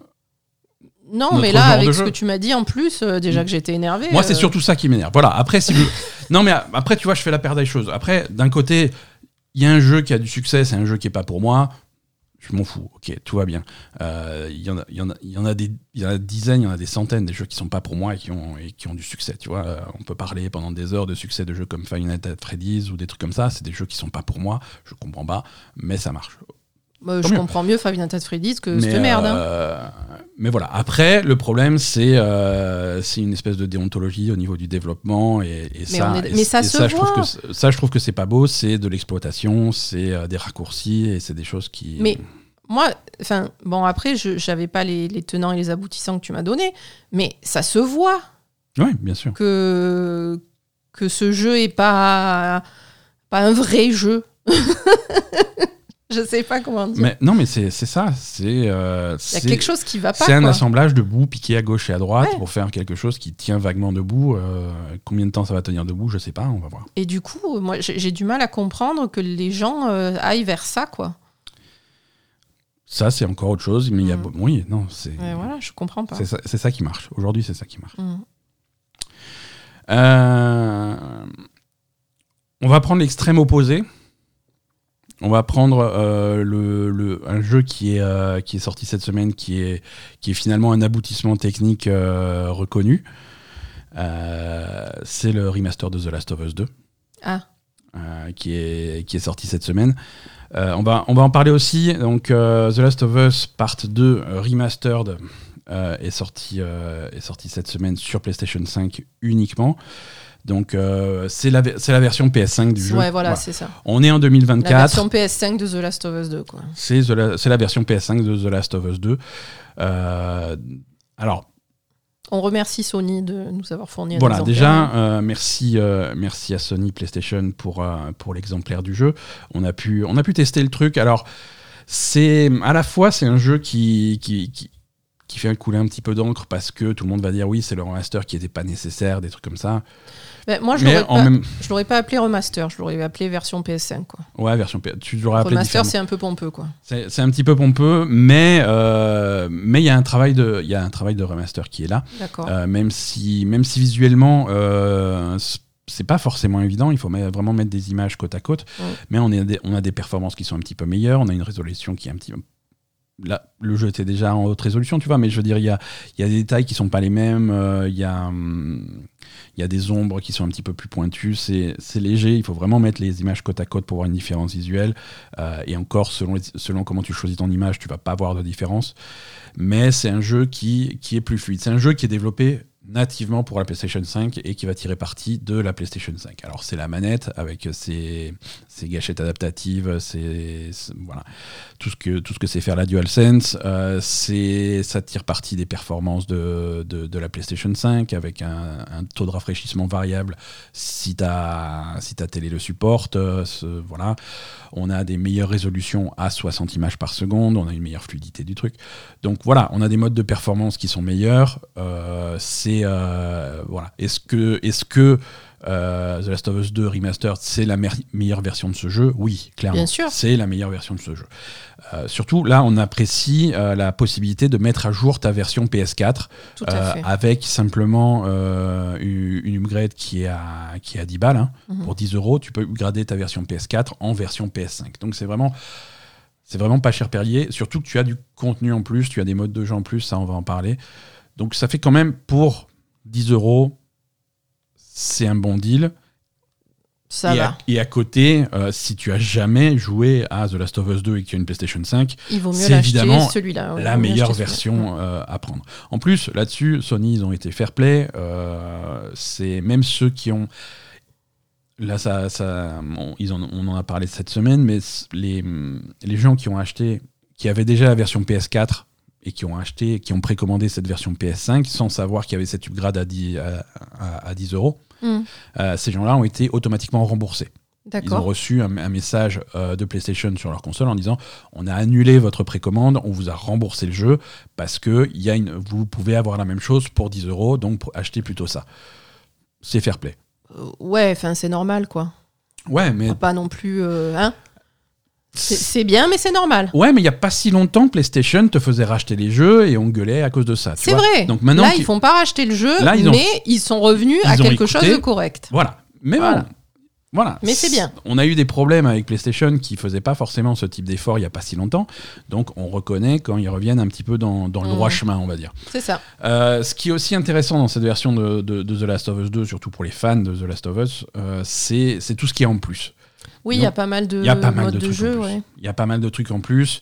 Non, Notre mais là, genre avec de ce jeu. que tu m'as dit en plus, euh, déjà que j'étais énervé. Moi, c'est surtout ça qui m'énerve. Voilà. Après, si le- non, mais après, tu vois, je fais la paire des choses. Après, d'un côté, il y a un jeu qui a du succès, c'est un jeu qui est pas pour moi. Je m'en fous. Ok, tout va bien. Euh, Il y en a, il y en a, il y en a des, il y en a des dizaines, il y en a des centaines des jeux qui sont pas pour moi et qui ont, et qui ont du succès. Tu vois, Euh, on peut parler pendant des heures de succès de jeux comme Five Nights at Freddy's ou des trucs comme ça. C'est des jeux qui sont pas pour moi. Je comprends pas, mais ça marche. Bah, Tant je mieux. comprends mieux Five Nights at Freddy's que Mais, cette merde. hein. euh, mais voilà. Après, le problème, c'est euh, c'est une espèce de déontologie au niveau du développement et, et Mais ça. on est- et- mais ça et se je trouve voit. que c'est- ça, je trouve que c'est pas beau. C'est de l'exploitation, c'est euh, des raccourcis et c'est des choses qui. Mais moi, enfin, bon, après, je j'avais pas les, les tenants et les aboutissants que tu m'as donnés, mais ça se voit Oui, bien sûr. que, que ce jeu est pas, pas un vrai jeu. Je sais pas comment dire. Mais non, mais c'est c'est ça. C'est. euh, Il y a c'est- quelque chose qui va pas. C'est un quoi. assemblage de bouts piqués à gauche et à droite Ouais. pour faire quelque chose qui tient vaguement debout. Euh, combien de temps ça va tenir debout, je sais pas, on va voir. Et du coup, moi, j'ai j'ai du mal à comprendre que les gens euh, aillent vers ça, quoi. Ça, c'est encore autre chose, mais il y a. Mm. Oui, non, c'est. Ouais, voilà, je comprends pas. C'est ça, c'est ça qui marche. Aujourd'hui, c'est ça qui marche. Mm. Euh, On va prendre l'extrême opposé. On va prendre euh, le, le- un jeu qui est, euh, qui est sorti cette semaine, qui est, qui est finalement un aboutissement technique euh, reconnu. Euh, c'est le remaster de The Last of Us deux, Ah, euh, qui, est, qui est sorti cette semaine. Euh, on, va, on va en parler aussi. Donc, euh, The Last of Us Part deux euh, Remastered euh, est, sorti, euh, est sorti cette semaine sur PlayStation cinq uniquement. Donc, euh, c'est la, ve- c'est la version P S cinq du jeu. ouais, voilà, c'est ça. On est en deux mille vingt-quatre. La version P S cinq de The Last of Us deux, quoi. C'est, The La- c'est la version P S cinq de The Last of Us deux. Euh, alors, On remercie Sony de nous avoir fourni un voilà, exemplaire. déjà, euh, merci, euh, merci à Sony PlayStation pour, euh, pour l'exemplaire du jeu. On a, pu, on a pu tester le truc. Alors, c'est, à la fois, c'est un jeu qui, qui, qui, qui fait couler un petit peu d'encre parce que tout le monde va dire oui, c'est le remaster qui n'était pas nécessaire, des trucs comme ça. Ben, moi, je Mais l'aurais en pas, même. je l'aurais pas appelé remaster, je l'aurais appelé version P S cinq, quoi. Ouais, version P S. Tu l'aurais appelé Remaster, différemment. c'est un peu pompeux, quoi. C'est, c'est un petit peu pompeux, mais euh, mais il y a un travail de il y a un travail de remaster qui est là. D'accord. Euh, même si même si visuellement euh, c- c'est pas forcément évident, il faut me- vraiment mettre des images côte à côte, Ouais. mais on, est des, on a des performances qui sont un petit peu meilleures, on a une résolution qui est un petit peu... Là, le jeu était déjà en haute résolution, tu vois, mais je veux dire, il y a, il y a des détails qui sont pas les mêmes, euh, il y a, hum, il y a des ombres qui sont un petit peu plus pointues, c'est, c'est léger, il faut vraiment mettre les images côte à côte pour voir une différence visuelle, euh, et encore, selon, les- selon comment tu choisis ton image, tu vas pas voir de différence, mais c'est un jeu qui, qui est plus fluide. C'est un jeu qui est développé nativement pour la PlayStation cinq et qui va tirer parti de la PlayStation cinq. Alors c'est la manette avec ses, ses gâchettes adaptatives, ses, ses, voilà, tout ce que tout ce que c'est faire la DualSense. Euh, c'est, ça tire parti des performances de, de, de la PlayStation cinq avec un, un taux de rafraîchissement variable si ta si ta télé le supporte. Euh, ce, voilà, on a des meilleures résolutions à soixante images par seconde, on a une meilleure fluidité du truc. Donc voilà, on a des modes de performance qui sont meilleurs. Euh, c'est Euh, voilà. Est-ce que, est-ce que euh, The Last of Us deux Remastered, c'est la me- meilleure version de ce jeu ? Oui, clairement. Bien sûr. C'est la meilleure version de ce jeu. Euh, surtout, là, on apprécie euh, la possibilité de mettre à jour ta version P S quatre Tout à euh, fait. avec simplement euh, une upgrade qui est à, qui est à dix balles. Hein. Mm-hmm. Pour dix euros, tu peux upgrader ta version P S quatre en version P S cinq. Donc, c'est vraiment... C'est vraiment pas cher payé. Surtout que tu as du contenu en plus, tu as des modes de jeu en plus, ça, on va en parler. Donc ça fait quand même pour dix euros, c'est un bon deal. Ça et, va. À, et à côté, euh, si tu as jamais joué à The Last of Us deux et que tu as une PlayStation cinq, il vaut mieux c'est l'acheter évidemment celui-là, ouais, la meilleure version euh, à prendre. En plus, là-dessus, Sony, ils ont été fair play. Euh, c'est même ceux qui ont... Là, ça, ça, on, ils en, on en a parlé cette semaine, mais les, les gens qui ont acheté, qui avaient déjà la version P S quatre, et qui ont acheté, qui ont précommandé cette version P S cinq sans savoir qu'il y avait cette upgrade à dix, à, à, à dix euros, mm. euh, ces gens-là ont été automatiquement remboursés. D'accord. Ils ont reçu un, un message euh, de PlayStation sur leur console en disant on a annulé votre précommande, on vous a remboursé le jeu parce que y a une, vous pouvez avoir la même chose pour dix euros, donc achetez plutôt ça. C'est fair play. Euh, ouais, enfin c'est normal quoi. Ouais, mais pas non plus, euh, hein. C'est, c'est bien, mais c'est normal. Ouais, mais il n'y a pas si longtemps, PlayStation te faisait racheter les jeux et on gueulait à cause de ça. Tu c'est vois vrai. Donc maintenant, là, qu'ils... ils font pas racheter le jeu, là, ils ont... mais ils sont revenus ils à quelque écouté. chose de correct. Voilà. Mais voilà. bon, voilà. Mais c'est bien. On a eu des problèmes avec PlayStation qui ne faisaient pas forcément ce type d'effort il n'y a pas si longtemps. Donc on reconnaît quand ils reviennent un petit peu dans, dans le mmh. droit chemin, on va dire. C'est ça. Euh, ce qui est aussi intéressant dans cette version de, de, de The Last of Us deux, surtout pour les fans de The Last of Us, euh, c'est, c'est tout ce qui est en plus. Oui, il y a pas mal de y a pas mal modes de, de jeu. Il ouais. y a pas mal de trucs en plus,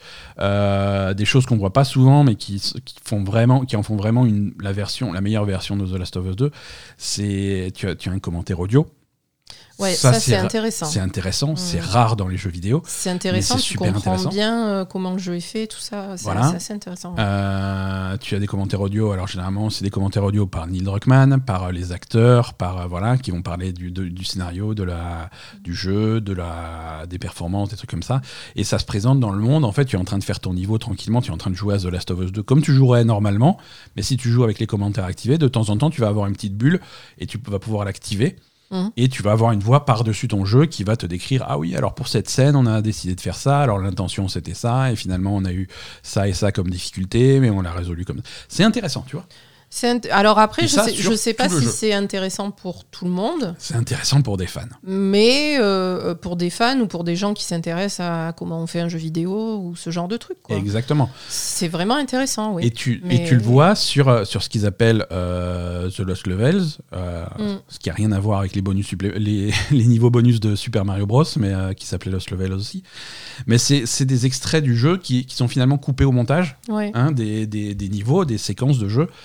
euh, des choses qu'on voit pas souvent, mais qui, qui font vraiment, qui en font vraiment une, la version, la meilleure version de The Last of Us deux. C'est tu as, tu as un commentaire audio. Ouais, ça, ça c'est, c'est intéressant. C'est intéressant, mmh. c'est Mm. rare dans les jeux vidéo. C'est intéressant, c'est tu comprends bien euh, comment le jeu est fait, tout ça, c'est, voilà. c'est assez intéressant. Euh, tu as des commentaires audio, alors généralement c'est des commentaires audio par Neil Druckmann, par euh, les acteurs, par euh, voilà, qui vont parler du, de, du scénario, de la, du jeu, de la, des performances, des trucs comme ça. Et ça se présente dans le monde, en fait, tu es en train de faire ton niveau tranquillement, tu es en train de jouer à The Last of Us deux comme tu jouerais normalement, mais si tu joues avec les commentaires activés, de temps en temps tu vas avoir une petite bulle et tu vas pouvoir l'activer. Et tu vas avoir une voix par-dessus ton jeu qui va te décrire « Ah oui, alors pour cette scène, on a décidé de faire ça, alors l'intention c'était ça, et finalement on a eu ça et ça comme difficulté, mais on l'a résolu comme ça. » C'est intéressant, tu vois. C'est int- Alors après, et je ça, sais, je sais pas si jeu. c'est intéressant pour tout le monde. C'est intéressant pour des fans. Mais euh, pour des fans ou pour des gens qui s'intéressent à comment on fait un jeu vidéo ou ce genre de truc. Quoi. Exactement. C'est vraiment intéressant, oui. Et tu, mais... et tu le vois sur, sur ce qu'ils appellent euh, The Lost Levels, euh, mm. ce qui n'a rien à voir avec les, bonus supplé- les, les niveaux bonus de Super Mario Bros, mais euh, qui s'appelait Lost Levels aussi. Mais c'est, c'est des extraits du jeu qui, qui sont finalement coupés au montage, ouais. hein, des, des, des niveaux, des séquences de jeu.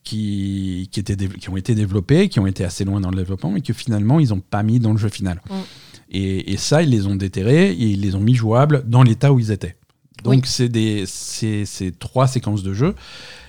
Qui, qui, étaient, qui ont été développés, qui ont été assez loin dans le développement, mais que finalement, ils n'ont pas mis dans le jeu final. Mm. Et, et ça, ils les ont déterrés, et ils les ont mis jouables dans l'état où ils étaient. Donc, oui. c'est, des, c'est, c'est trois séquences de jeu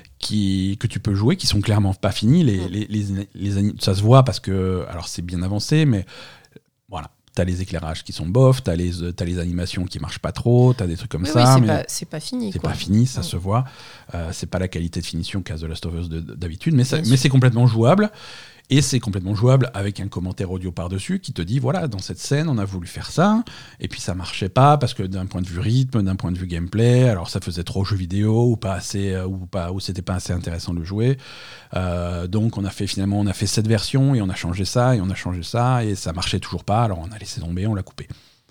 qui, que tu peux jouer, qui sont clairement pas finies. Les, mm. les, les, les, les, ça se voit parce que, alors c'est bien avancé, mais voilà. T'as les éclairages qui sont bof, t'as les, t'as les animations qui marchent pas trop, t'as des trucs comme oui, ça. Oui, c'est, mais pas, c'est pas fini. C'est quoi. pas fini, ça ouais. se voit. Euh, c'est pas la qualité de finition qu'a The Last of Us de, de, d'habitude, mais, ça, mais c'est complètement jouable. Et c'est complètement jouable avec un commentaire audio par-dessus qui te dit, voilà, dans cette scène, on a voulu faire ça, et puis ça marchait pas parce que d'un point de vue rythme, d'un point de vue gameplay, alors ça faisait trop jeu vidéo ou pas assez, ou pas, ou c'était pas assez intéressant de jouer. Euh, donc on a fait finalement, on a fait cette version et on a changé ça et on a changé ça et ça marchait toujours pas, alors on a laissé tomber, on l'a coupé.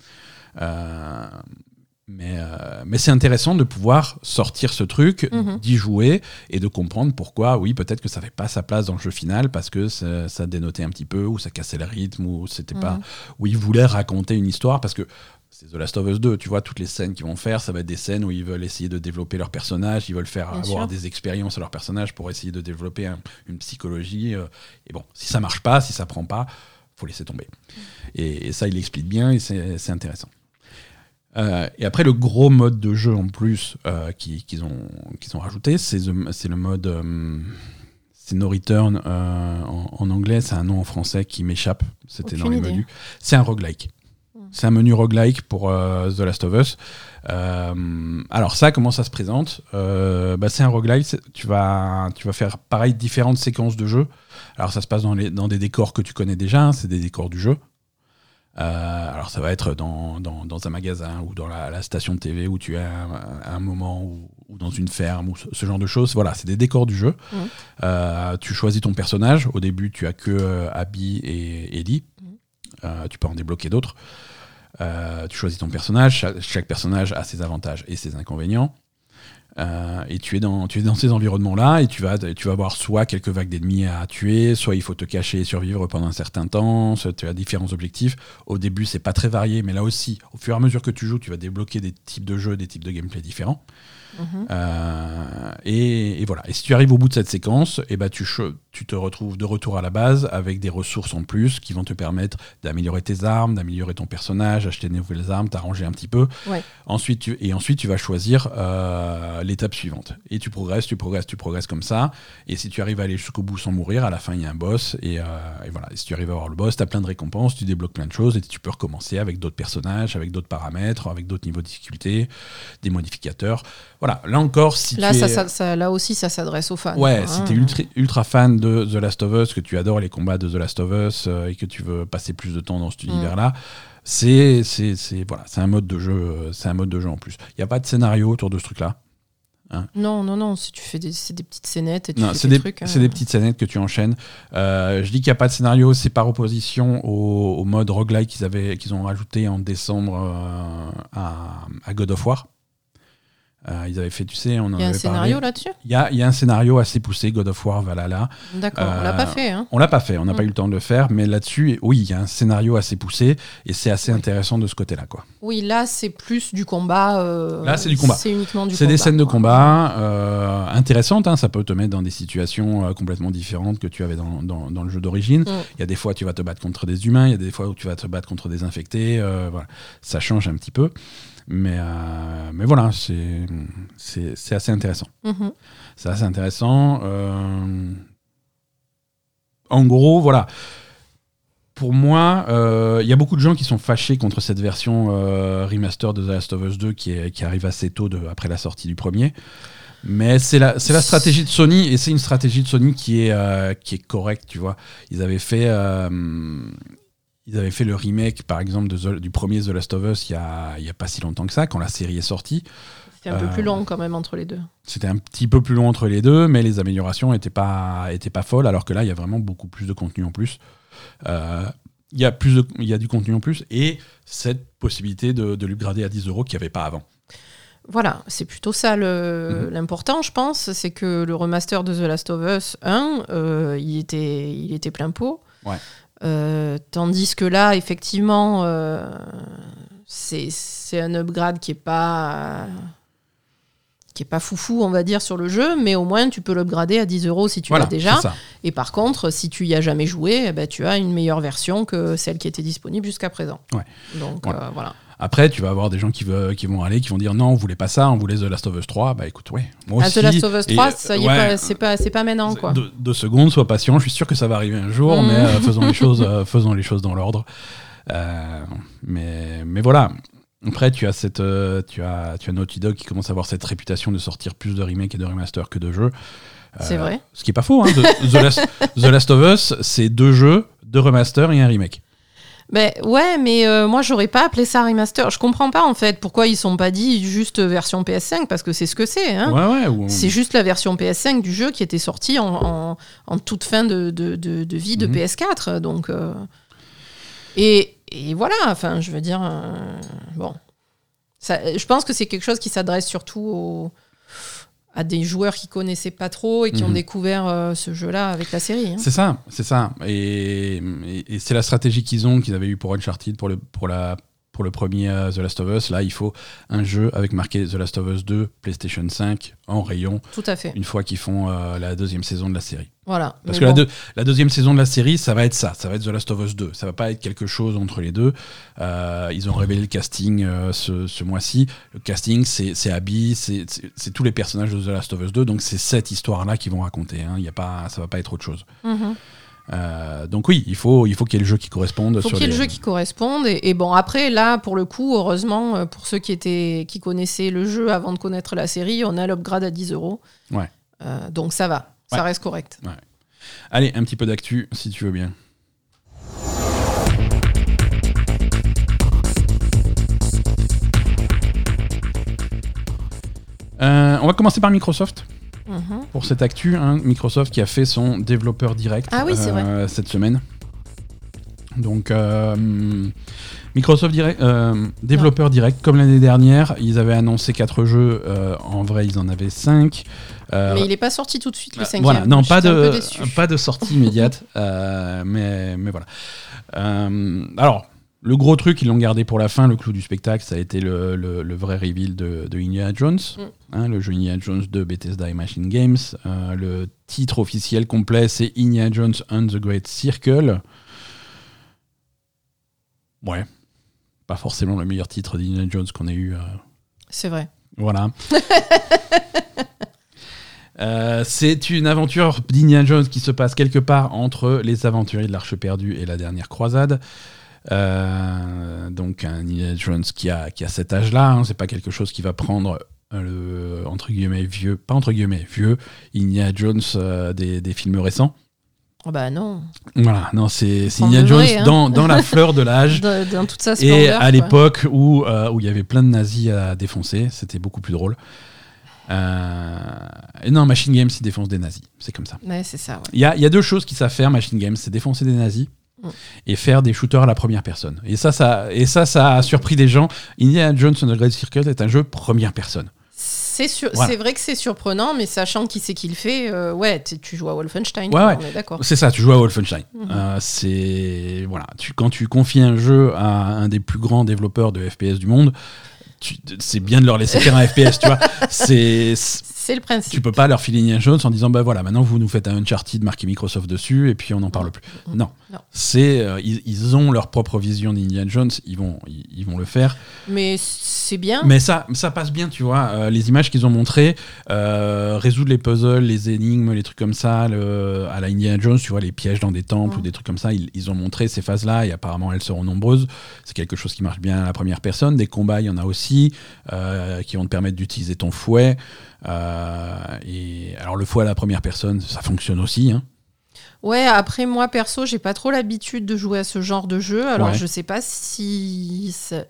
Euh, Mais, euh, mais c'est intéressant de pouvoir sortir ce truc, mmh. d'y jouer et de comprendre pourquoi, oui, peut-être que ça n'avait pas sa place dans le jeu final parce que ça, ça dénotait un petit peu ou ça cassait le rythme ou c'était mmh. pas, ou ils voulaient raconter une histoire parce que c'est The Last of Us deux, tu vois, toutes les scènes qu'ils vont faire, ça va être des scènes où ils veulent essayer de développer leur personnage, ils veulent faire Bien avoir sûr. des expériences à leur personnage pour essayer de développer un- une psychologie. euh, et bon, si ça marche pas, si ça prend pas, faut laisser tomber. Et, et ça, il explique bien et c'est, c'est intéressant. Euh, et après, le gros mode de jeu en plus euh, qu'ils, qu'ils ont, qu'ils ont rajouté, c'est, the- c'est le mode... euh, c'est No Return euh, en, en anglais, c'est un nom en français qui m'échappe, c'était Aucune dans les idée. menus. C'est un roguelike. C'est un menu roguelike pour euh, The Last of Us. Euh, alors ça, comment ça se présente euh, bah, c'est un roguelike, c'est- tu vas, tu vas faire pareil différentes séquences de jeu. Alors ça se passe dans, les, dans des décors que tu connais déjà, hein, c'est des décors du jeu. Euh, alors ça va être dans, dans, dans un magasin ou dans la, la station de T V où tu es à un, à un moment ou, ou dans une ferme ou ce, ce genre de choses. Voilà, c'est des décors du jeu. Mmh. Euh, tu choisis ton personnage. Au début, tu as que euh, Abby et Ellie. Mmh. Euh, tu peux en débloquer d'autres. Euh, tu choisis ton personnage. Chaque, chaque personnage a ses avantages et ses inconvénients. Euh, et tu es, dans, tu es dans ces environnements-là et tu vas, tu vas avoir soit quelques vagues d'ennemis à tuer, soit il faut te cacher et survivre pendant un certain temps, soit tu as différents objectifs. Au début, c'est pas très varié, mais là aussi, au fur et à mesure que tu joues, tu vas débloquer des types de jeux, des types de gameplay différents. Mhm. Euh, et, et voilà. Et si tu arrives au bout de cette séquence, et ben tu, che- tu te retrouves de retour à la base avec des ressources en plus qui vont te permettre d'améliorer tes armes, d'améliorer ton personnage, acheter de nouvelles armes, t'arranger un petit peu. Ouais. Ensuite, tu, et ensuite, tu vas choisir euh, l'étape suivante. Et tu progresses, tu progresses, tu progresses comme ça. Et si tu arrives à aller jusqu'au bout sans mourir, à la fin, il y a un boss. Et, euh, et voilà. Et si tu arrives à avoir le boss, tu as plein de récompenses, tu débloques plein de choses et tu peux recommencer avec d'autres personnages, avec d'autres paramètres, avec d'autres niveaux de difficulté, des modificateurs. Voilà. Là encore, si Là, tu ça, es... ça, ça- là aussi, ça s'adresse aux fans. Ouais, quoi, si hein. t'es ultra, ultra fan de The Last of Us, que tu adores les combats de The Last of Us euh, et que tu veux passer plus de temps dans cet Mm. univers-là, c'est, c'est, c'est, voilà, c'est un mode de jeu, euh, c'est un mode de jeu en plus. Il n'y a pas de scénario autour de ce truc-là. Non, non, non, si tu fais des, c'est des petites scénettes et tu Non, fais c'est tes des, trucs. c'est euh, des petites scénettes que tu enchaînes. Euh, je dis qu'il n'y a pas de scénario, c'est par opposition au, au mode roguelike qu'ils, avaient, qu'ils ont rajouté en décembre euh, à, à God of War. Euh, ils avaient fait, tu sais, on en Il y a un avait scénario parlé. là-dessus Il y a, il y a un scénario assez poussé, God of War, Valhalla. D'accord, on l'a Euh, pas fait. Hein. On l'a pas fait, on n'a Mm. pas eu le temps de le faire, mais là-dessus, oui, il y a un scénario assez poussé et c'est assez Oui. intéressant de ce côté-là, quoi. Oui, là, c'est plus du combat. euh, Là, c'est du combat. C'est uniquement du C'est combat. des scènes de quoi. combat euh, intéressantes, hein, ça peut te mettre dans des situations euh, complètement différentes que tu avais dans, dans, dans le jeu d'origine. Il Mm. y a des fois, tu vas te battre contre des humains, il y a des fois où tu vas te battre contre des infectés. euh, voilà. Ça change un petit peu. Mais, euh, mais voilà, c'est, c'est, c'est assez intéressant. Mhm. C'est assez intéressant. Euh, En gros, voilà. Pour moi, il euh, y a beaucoup de gens qui sont fâchés contre cette version euh, remaster de The Last of Us deux qui, est, qui arrive assez tôt de, après la sortie du premier. Mais c'est la, c'est la stratégie de Sony et c'est une stratégie de Sony qui est, euh, qui est correcte, tu vois. Ils avaient fait... Euh, Ils avaient fait le remake, par exemple, de The- du premier The Last of Us il y a, il y a pas si longtemps que ça, quand la série est sortie. C'était un peu Euh, plus long quand même entre les deux. C'était un petit peu plus long entre les deux, mais les améliorations n'étaient pas, étaient pas folles, alors que là, il y a vraiment beaucoup plus de contenu en plus. Euh, Il y a plus de, il y a du contenu en plus, et cette possibilité de, de l'upgrader à dix euros qu'il n'y avait pas avant. Voilà, c'est plutôt ça le, Mhm. l'important, je pense. C'est que le remaster de The Last of Us un, euh, il, était, il était plein pot. Ouais. Euh, tandis que là, effectivement, euh, c'est, c'est un upgrade qui est pas. qui est pas foufou, on va dire, sur le jeu, mais au moins tu peux l'upgrader à dix euros si tu Voilà, l'as déjà. c'est ça. Et par contre, si tu y as jamais joué, eh ben, tu as une meilleure version que celle qui était disponible jusqu'à présent. Ouais. Donc Voilà. euh, voilà. Après, tu vas avoir des gens qui, veulent, qui vont aller, qui vont dire non, on voulait pas ça, on voulait The Last of Us trois. Bah écoute, ouais, moi Ah, aussi. The Last of Us Et, trois, euh, ça y est, ouais, pas, c'est, pas, c'est pas maintenant, quoi. Deux, deux secondes, sois patient. Je suis sûr que ça va arriver un jour, Mm. mais euh, faisons les choses, euh, faisons les choses dans l'ordre. Euh, mais, mais voilà. Après, tu as cette, euh, tu as, tu as Naughty Dog qui commence à avoir cette réputation de sortir plus de remakes et de remasters que de jeux. C'est Euh, vrai. Ce qui est pas faux. Hein, de- The, Last, The Last of Us, c'est deux jeux, deux remasters et un remake. Ben ouais, mais euh, moi j'aurais pas appelé ça remaster. Je comprends pas en fait pourquoi ils sont pas dit juste version P S cinq parce que c'est ce que c'est. Hein. Ouais, ouais. Ou, C'est juste la version P S cinq du jeu qui était sortie en, en, en toute fin de, de, de, de vie de Mhm. P S quatre. Donc, euh, et, et voilà, enfin, je veux dire, euh, bon. Ça, je pense que c'est quelque chose qui s'adresse surtout aux, à des joueurs qui connaissaient pas trop et qui Mhm. ont découvert euh, ce jeu-là avec la série. Hein. C'est ça, c'est ça. Et, et, et c'est la stratégie qu'ils ont, qu'ils avaient eu pour Uncharted, pour, le, pour la pour le premier uh, The Last of Us, là, il faut un jeu avec marqué The Last of Us deux, PlayStation cinq, en rayon. Tout à fait. Une fois qu'ils font uh, la deuxième saison de la série. Voilà. Parce que bon. la, deux, la deuxième saison de la série, ça va être ça. Ça va être The Last of Us deux. Ça va pas être quelque chose entre les deux. Euh, ils ont révélé le casting euh, ce, ce mois-ci. Le casting, c'est, c'est Abby, c'est, c'est, c'est tous les personnages de The Last of Us deux. Donc, c'est cette histoire-là qu'ils vont raconter. Hein. Y a pas, ça va pas être autre chose. Mm-hmm. Euh, donc oui, il faut, il faut qu'il y ait le jeu qui corresponde. Il faut qu'il y ait les... le jeu qui corresponde. Et, et bon, après, là, pour le coup, heureusement, pour ceux qui, étaient, qui connaissaient le jeu avant de connaître la série, on a l'upgrade à dix euros. Ouais. Euh, donc ça va, ça ouais. reste correct. Ouais. Allez, un petit peu d'actu, si tu veux bien. Euh, on va commencer par Microsoft. Mm-hmm. Pour cette actu, hein, Microsoft qui a fait son développeur direct ah oui, c'est euh, vrai. cette semaine. Donc, euh, Microsoft direct, euh, développeur non. direct, comme l'année dernière, ils avaient annoncé quatre jeux. Euh, en vrai, ils en avaient cinq. Euh, mais il n'est pas sorti tout de suite, le cinquième. Voilà, non, pas de, pas de sortie immédiate. euh, mais, mais voilà. Euh, alors, le gros truc, ils l'ont gardé pour la fin. Le clou du spectacle, ça a été le, le, le vrai reveal de, de Indiana Jones. Mm. Hein, le jeu Indiana Jones de Bethesda et Machine Games. Euh, le titre officiel complet, c'est Indiana Jones and the Great Circle. Ouais. Pas forcément le meilleur titre d'Indiana Jones qu'on ait eu. Euh... C'est vrai. Voilà. Euh, c'est une aventure d'Indiana Jones qui se passe quelque part entre les aventuriers de l'Arche perdue et la dernière croisade. Euh, donc un Indiana Jones qui a, qui a cet âge-là, hein, c'est pas quelque chose qui va prendre le entre guillemets vieux, pas entre guillemets vieux Indiana Jones euh, des, des films récents. Oh bah non. Voilà, non, c'est, c'est Indiana Jones hein. dans, dans la fleur de l'âge. dans, dans toute sa splendeur. Et à quoi. l'époque où euh, où il y avait plein de nazis à défoncer, c'était beaucoup plus drôle. Euh... Et non, Machine Games, ils défoncent des nazis. C'est comme ça. Ouais, c'est ça. Il ouais. y, a, y a deux choses qu'ils savent faire, Machine Games, c'est défoncer des nazis mm. et faire des shooters à la première personne. Et ça, ça, et ça, ça a surpris des gens. Indiana Jones and the Great Circle est un jeu première personne. C'est, sur... voilà. c'est vrai que c'est surprenant, mais sachant qui c'est qui le fait, euh, ouais, tu joues à Wolfenstein, ouais, ouais. on est d'accord. C'est ça, tu joues à Wolfenstein. Mm-hmm. Euh, c'est... Voilà. Tu... Quand tu confies un jeu à un des plus grands développeurs de F P S du monde, Tu, c'est bien de leur laisser faire un F P S, tu vois. C'est, c'est le principe. Tu peux pas leur filer Indiana Jones en disant bah voilà, maintenant vous nous faites un Uncharted marqué Microsoft dessus et puis on n'en parle plus. Mmh. Non, non. C'est euh, ils, ils ont leur propre vision d'Indiana Jones, ils vont ils, ils vont le faire. Mais c'est bien. Mais ça ça passe bien, tu vois. Euh, les images qu'ils ont montrées, euh, résoudre les puzzles, les énigmes, les trucs comme ça, le, à la Indiana Jones, tu vois, les pièges dans des temples mmh. ou des trucs comme ça, ils, ils ont montré ces phases-là et apparemment elles seront nombreuses. C'est quelque chose qui marche bien à la première personne. Des combats, il y en a aussi. Euh, qui vont te permettre d'utiliser ton fouet. Euh, et alors le fouet à la première personne, ça fonctionne aussi. Hein. Ouais, après moi perso, j'ai pas trop l'habitude de jouer à ce genre de jeu. Alors ouais. je sais pas si... Ça...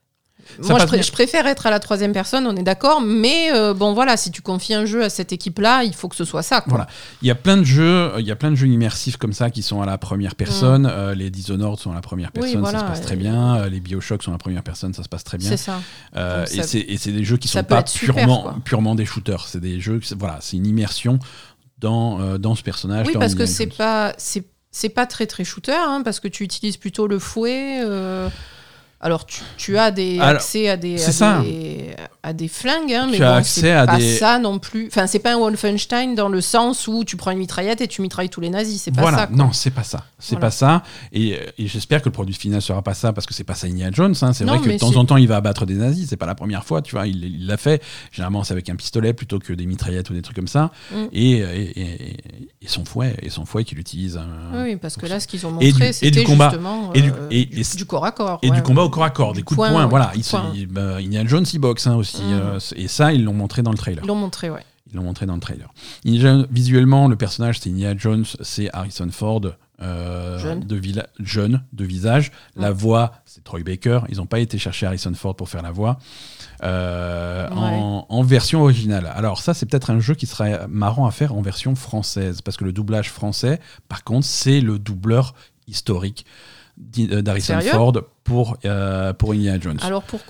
Ça moi, je, pr- je préfère être à la troisième personne, on est d'accord, mais euh, bon, voilà, si tu confies un jeu à cette équipe-là, il faut que ce soit ça. Quoi. Voilà. Il y a plein de jeux, il y a plein de jeux immersifs comme ça qui sont à la première personne. Mmh. Euh, les Dishonored sont à la première personne, oui, voilà, ça se passe très bien. Euh, les Bioshock sont à la première personne, ça se passe très bien. C'est ça. Euh, ça et, c'est, et c'est des jeux qui sont pas super, purement, quoi. purement des shooters. C'est des jeux, c'est, voilà, c'est une immersion dans euh, dans ce personnage. Oui, parce que c'est pas c'est c'est pas très très shooter, hein, parce que tu utilises plutôt le fouet. Euh... Alors, tu, tu as des Alors, accès à des, à des, à des flingues, hein, mais bon, c'est à pas des... ça non plus. Enfin, c'est pas un Wolfenstein dans le sens où tu prends une mitraillette et tu mitrailles tous les nazis. C'est pas voilà. ça. Quoi. Non, c'est pas ça. C'est voilà. pas ça. Et, et j'espère que le produit final sera pas ça, parce que c'est pas ça Indiana Jones. Hein. C'est non, vrai que de temps c'est... en temps, il va abattre des nazis. C'est pas la première fois, tu vois. Il, il l'a fait. Généralement, c'est avec un pistolet plutôt que des mitraillettes ou des trucs comme ça. Mm. Et, et, et, et son fouet, et son fouet qu'il utilise. Un... Oui, parce que là, ce qu'ils ont montré, du, c'était combat, justement et du, et, du, et, du corps à corps. Et ouais, du combat ouais. au corps à corps, des coups point, de poing. Ouais, voilà. point. Il, bah, Indiana Jones, il boxe hein, aussi. Mm. Euh, et ça, ils l'ont montré dans le trailer. Ils l'ont montré, ouais. Ils l'ont montré dans le trailer. Visuellement, le personnage, c'est Indiana Jones, c'est Harrison Ford, euh, jeune. De, vila- jeune, de visage. Ouais. La voix, c'est Troy Baker. Ils n'ont pas été chercher Harrison Ford pour faire la voix. Euh, ouais. en, en version originale. Alors ça, c'est peut-être un jeu qui serait marrant à faire en version française, parce que le doublage français, par contre, c'est le doubleur historique d'Harrison Sérieux Ford pour, euh, pour Indiana Jones. Alors pourquoi ?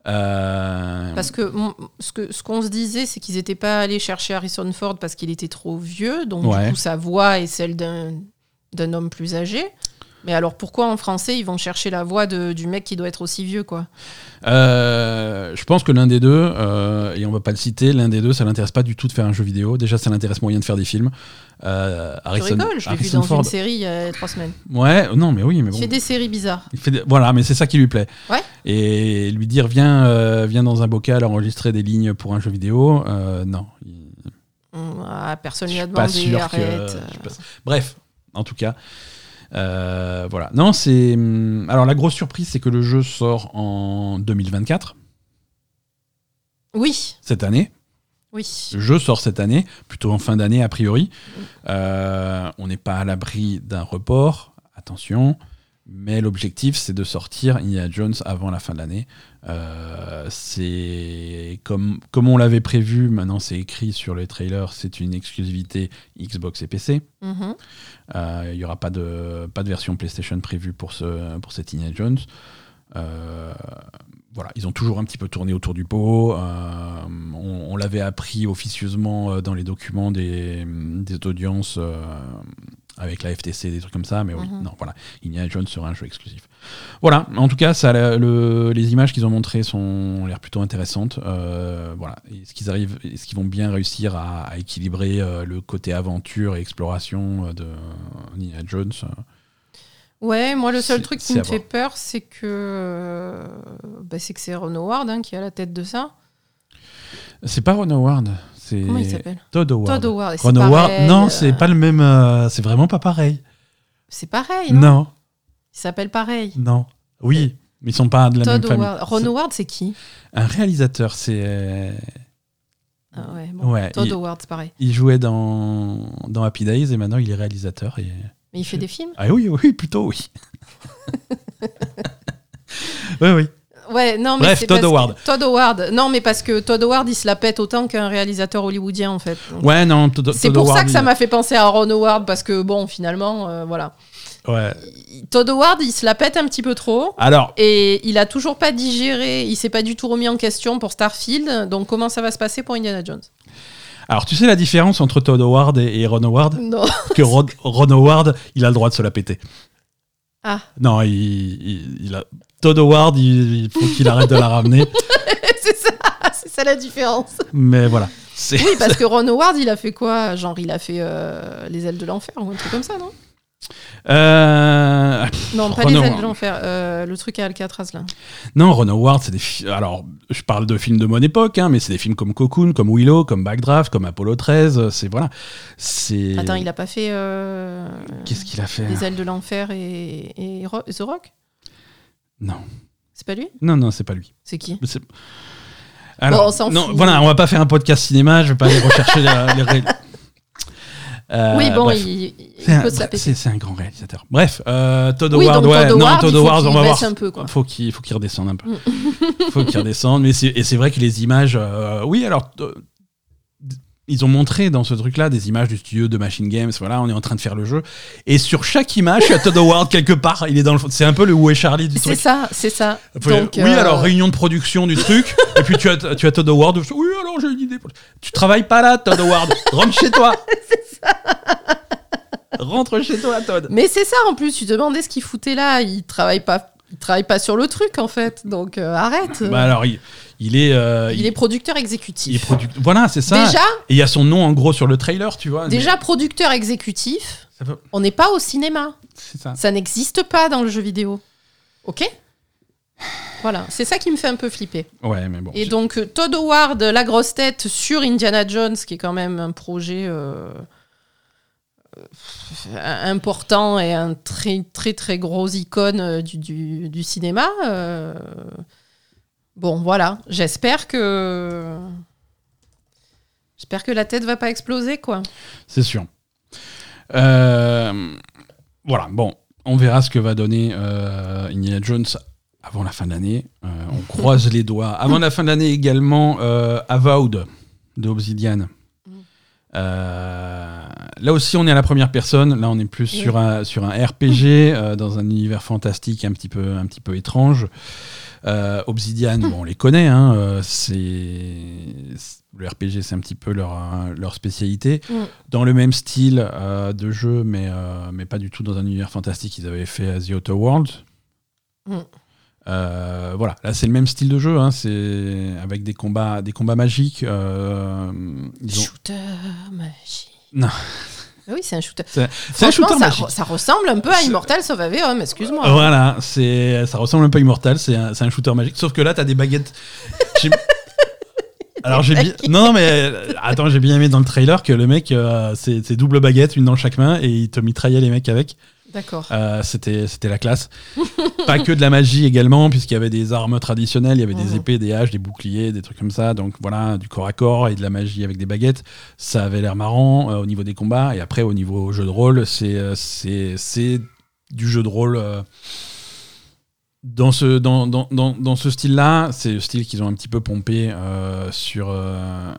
Euh... Parce que ce, que ce qu'on se disait, c'est qu'ils n'étaient pas allés chercher Harrison Ford parce qu'il était trop vieux, donc ouais. du coup sa voix est celle d'un, d'un homme plus âgé. Mais alors pourquoi en français ils vont chercher la voix de, du mec qui doit être aussi vieux, quoi? euh, Je pense que l'un des deux, euh, et on va pas le citer, l'un des deux, ça l'intéresse pas du tout de faire un jeu vidéo. Déjà, ça l'intéresse moyen de faire des films. Euh, Harrison, tu rigoles, je l'ai vu Harrison dans Ford. une série il y a trois semaines. Ouais, non, mais oui, mais bon. Il fait des séries bizarres. Il fait des... Voilà, mais c'est ça qui lui plaît. Ouais. Et lui dire viens, euh, viens dans un bocal enregistrer des lignes pour un jeu vidéo, euh, non. Il... Ah, personne Je lui a suis pas demandé, sûr arrête. que. je suis pas- Bref, en tout cas. Euh, voilà. Non, c'est. Alors, la grosse surprise, c'est que le jeu sort en deux mille vingt-quatre, Oui, cette année. oui. Le jeu sort cette année, plutôt en fin d'année, a priori. Euh, on n'est pas à l'abri d'un report, attention. Mais l'objectif, c'est de sortir Indiana Jones avant la fin de l'année. Euh, c'est comme, comme on l'avait prévu, maintenant c'est écrit sur les trailers, c'est une exclusivité Xbox et P C. Mhm. Euh, il n'y aura pas de, pas de version PlayStation prévue pour, ce, pour cet Indiana Jones. Euh, voilà, ils ont toujours un petit peu tourné autour du pot. Euh, on on l'avait appris officieusement dans les documents des, des audiences euh, avec la F T C, des trucs comme ça. Mais oui, Mhm. non, voilà, Indiana Jones sera un jeu exclusif. Voilà, en tout cas, ça, le, les images qu'ils ont montrées sont, ont l'air plutôt intéressantes. Euh, voilà, est-ce qu'ils arrivent, est-ce qu'ils vont bien réussir à, à équilibrer euh, le côté aventure et exploration euh, de Indiana Jones? Ouais, moi le seul C'est- truc qui c'est me à fait voir. peur, c'est que euh, bah, c'est que c'est Ron Howard hein, qui est à la tête de ça. C'est pas Ron Howard, c'est Comment il s'appelle? Todd Howard. Todd Howard. et c'est Ron Howard, pareil, non, euh, c'est pas le même. euh, c'est vraiment pas pareil. C'est pareil, non, Non, Il s'appelle pareil. non. Oui, mais ils sont pas de la Todd même famille. Howard. Ron C'est Howard, c'est qui? un réalisateur, c'est. euh, Ah ouais, bon. Ouais, Todd il- Howard, c'est pareil. Il jouait dans, dans Happy Days et maintenant il est réalisateur. Et... Mais il fait des films? Ah oui, oui, plutôt oui. oui, oui. Ouais, non, mais Bref, c'est Todd parce que- Howard. Todd Howard. Non, mais parce que Todd Howard, il se la pète autant qu'un réalisateur hollywoodien, en fait. Donc, Ouais, non, Todd, c'est Todd pour ça Howard, que ça il- m'a fait penser à Ron Howard, parce que, bon, finalement, euh, voilà. Ouais. Todd Howard, il se la pète un petit peu trop. Alors, Et il a toujours pas digéré, il s'est pas du tout remis en question pour Starfield. Donc, comment ça va se passer pour Indiana Jones? alors, tu sais la différence entre Todd Howard et, et Ron Howard? Non. Que Ron, Ron Howard, il a le droit de se la péter. Ah, Non, il, il, il a... Todd Howard, il, il faut qu'il arrête de la ramener. c'est ça, c'est ça la différence. Mais voilà. C'est... Oui, parce que Ron Howard, il a fait quoi? Genre, il a fait euh, Les Ailes de l'Enfer ou un truc comme ça, non? Euh... Non, pas Ron Les Howard. Ailes de l'Enfer, euh, le truc à Alcatraz, là. Non, Ron Howard, c'est des fi- alors je parle de films de mon époque, hein, mais c'est des films comme Cocoon, comme Willow, comme Backdraft, comme Apollo treize. C'est voilà, c'est. Attends, il a pas fait euh, Qu'est-ce qu'il a fait? Les Ailes de l'Enfer et, et Ro- The Rock? Non, C'est pas lui? non, non, c'est pas lui. C'est qui? C'est- Alors, Bon, on s'en non, fout. voilà, on va pas faire un podcast cinéma. Je vais pas aller rechercher les. les ré- Euh, Oui, bon, bref. il, il C'est un, peut se la péter. c'est- c'est un grand réalisateur. Bref, euh, Todd Oui, Howard, donc ouais, Todd non, Howard, Todd il faut Howard, on qu'il va voir. baisse un peu, quoi. Faut qu'il faut qu'il redescende un peu. Faut qu'il redescende. Mais c'est, et c'est vrai que les images, euh, oui, alors. euh, ils ont montré dans ce truc-là des images du studio de Machine Games. Voilà, on est en train de faire le jeu. Et sur chaque image, il y a Todd Howard quelque part. Il est dans le fond. C'est un peu le Où est Charlie du C'est truc. ça, c'est ça. Faut- Donc, oui, euh, alors réunion de production du truc. Et puis tu as, tu as Todd Howard. Oui, alors j'ai une idée. Tu travailles pas là, Todd Howard. Rentre chez toi. C'est ça. Rentre chez toi, Todd. Mais c'est ça en plus, tu te demandais ce qu'il foutait là, il travaille pas, il travaille pas sur le truc en fait, donc euh, arrête. Bah alors, il, il est. euh, il est producteur il est exécutif. product- Voilà, c'est ça. Déjà, Et il y a son nom en gros sur le trailer, tu vois. déjà producteur exécutif, Mais ça peut- on n'est pas au cinéma. C'est ça. Ça n'existe pas dans le jeu vidéo. Ok? Voilà, c'est ça qui me fait un peu flipper. Ouais, mais bon. Et donc euh, Todd Howard, la grosse tête sur Indiana Jones, qui est quand même un projet euh, euh, important et un très très très gros icône euh, du, du, du cinéma. euh, Bon, voilà, j'espère que j'espère que la tête va pas exploser, quoi. C'est sûr. Euh, Voilà, bon, on verra ce que va donner euh, Indiana Jones avant la fin de l'année. Euh, on croise les doigts. Avant la fin de l'année également, euh, Avowed de Obsidian. Euh, là aussi, on est à la première personne. Là, on est plus Oui. sur un, sur un R P G euh, dans un univers fantastique un petit peu, un petit peu étrange. Euh, Obsidian, bon, on les connaît, hein, euh, c'est... le R P G, c'est un petit peu leur, euh, leur spécialité. Mm. Dans le même style euh, de jeu, mais, euh, mais pas du tout dans un univers fantastique, ils avaient fait The Outer Worlds. Mm. Euh, voilà, là c'est le même style de jeu, hein, c'est avec des combats, des combats magiques. Euh, ils ont... Shooter magique. Non. Oui, c'est un shooter. C'est, c'est un shooter ça, magique. Ça ressemble un peu à Immortal sauf A V O, excuse-moi. Voilà, c'est, ça ressemble un peu à Immortal, c'est un, c'est un shooter magique. Sauf que là, t'as des baguettes. J'ai... Alors j'ai bien... Non, mais attends, j'ai bien aimé dans le trailer que le mec, euh, c'est, c'est double baguette, une dans chaque main, et il te mitraillait les mecs avec. D'accord. Euh, c'était, c'était la classe. Pas que de la magie également, puisqu'il y avait des armes traditionnelles, il y avait mmh. des épées, des haches, des boucliers, des trucs comme ça. Donc voilà, du corps à corps et de la magie avec des baguettes. Ça avait l'air marrant euh, au niveau des combats. Et après, au niveau jeu de rôle, c'est, c'est, c'est du jeu de rôle euh, dans, ce, dans, dans, dans, dans ce style-là. C'est le style qu'ils ont un petit peu pompé euh, sur... Euh,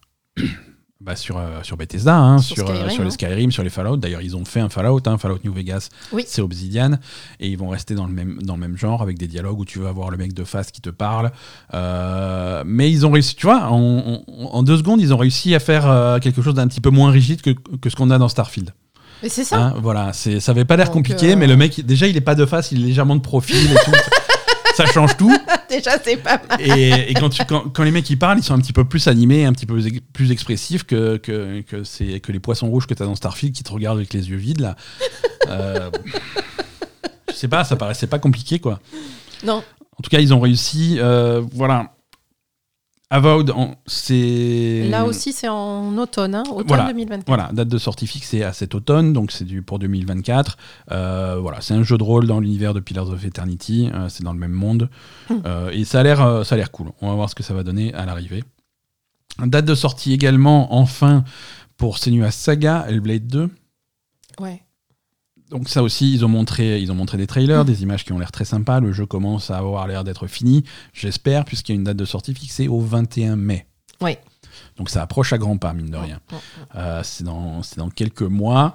Bah sur, euh, sur Bethesda, hein, sur, sur, Skyrim, euh, sur les Skyrim, sur les Fallout. D'ailleurs, ils ont fait un Fallout, hein, Fallout New Vegas, oui. C'est Obsidian. Et ils vont rester dans le, même, dans le même genre, avec des dialogues où tu vas avoir le mec de face qui te parle. Euh, mais ils ont réussi, tu vois, en, en, en deux secondes, ils ont réussi à faire euh, quelque chose d'un petit peu moins rigide que, que ce qu'on a dans Starfield. Mais c'est ça. Hein, voilà, c'est, ça avait pas l'air Donc, compliqué, euh... mais le mec, déjà, il est pas de face, il est légèrement de profil et tout. Ça change tout. Déjà, c'est pas mal. Et, et quand, tu, quand, quand les mecs ils parlent, ils sont un petit peu plus animés, un petit peu plus expressifs que, que, que, c'est, que les poissons rouges que tu as dans Starfield qui te regardent avec les yeux vides. Là. Euh, je sais pas, ça paraissait pas compliqué, quoi. Non. En tout cas, ils ont réussi. Euh, voilà. Avowed, c'est... Là aussi, c'est en automne, hein, automne voilà, deux mille vingt-quatre. Voilà, date de sortie fixée à cet automne, donc c'est du, pour deux mille vingt-quatre. Euh, voilà, c'est un jeu de rôle dans l'univers de Pillars of Eternity, euh, c'est dans le même monde, mmh. euh, et ça a, l'air, euh, ça a l'air cool. On va voir ce que ça va donner à l'arrivée. Date de sortie également, enfin, pour Senua's Saga, Hellblade deux. Ouais. Donc ça aussi, ils ont montré, ils ont montré des trailers, mmh. des images qui ont l'air très sympas. Le jeu commence à avoir l'air d'être fini, j'espère, puisqu'il y a une date de sortie fixée au vingt et un mai. Oui. Donc ça approche à grands pas, mine de rien. Mmh. Euh, c'est, dans, c'est dans quelques mois.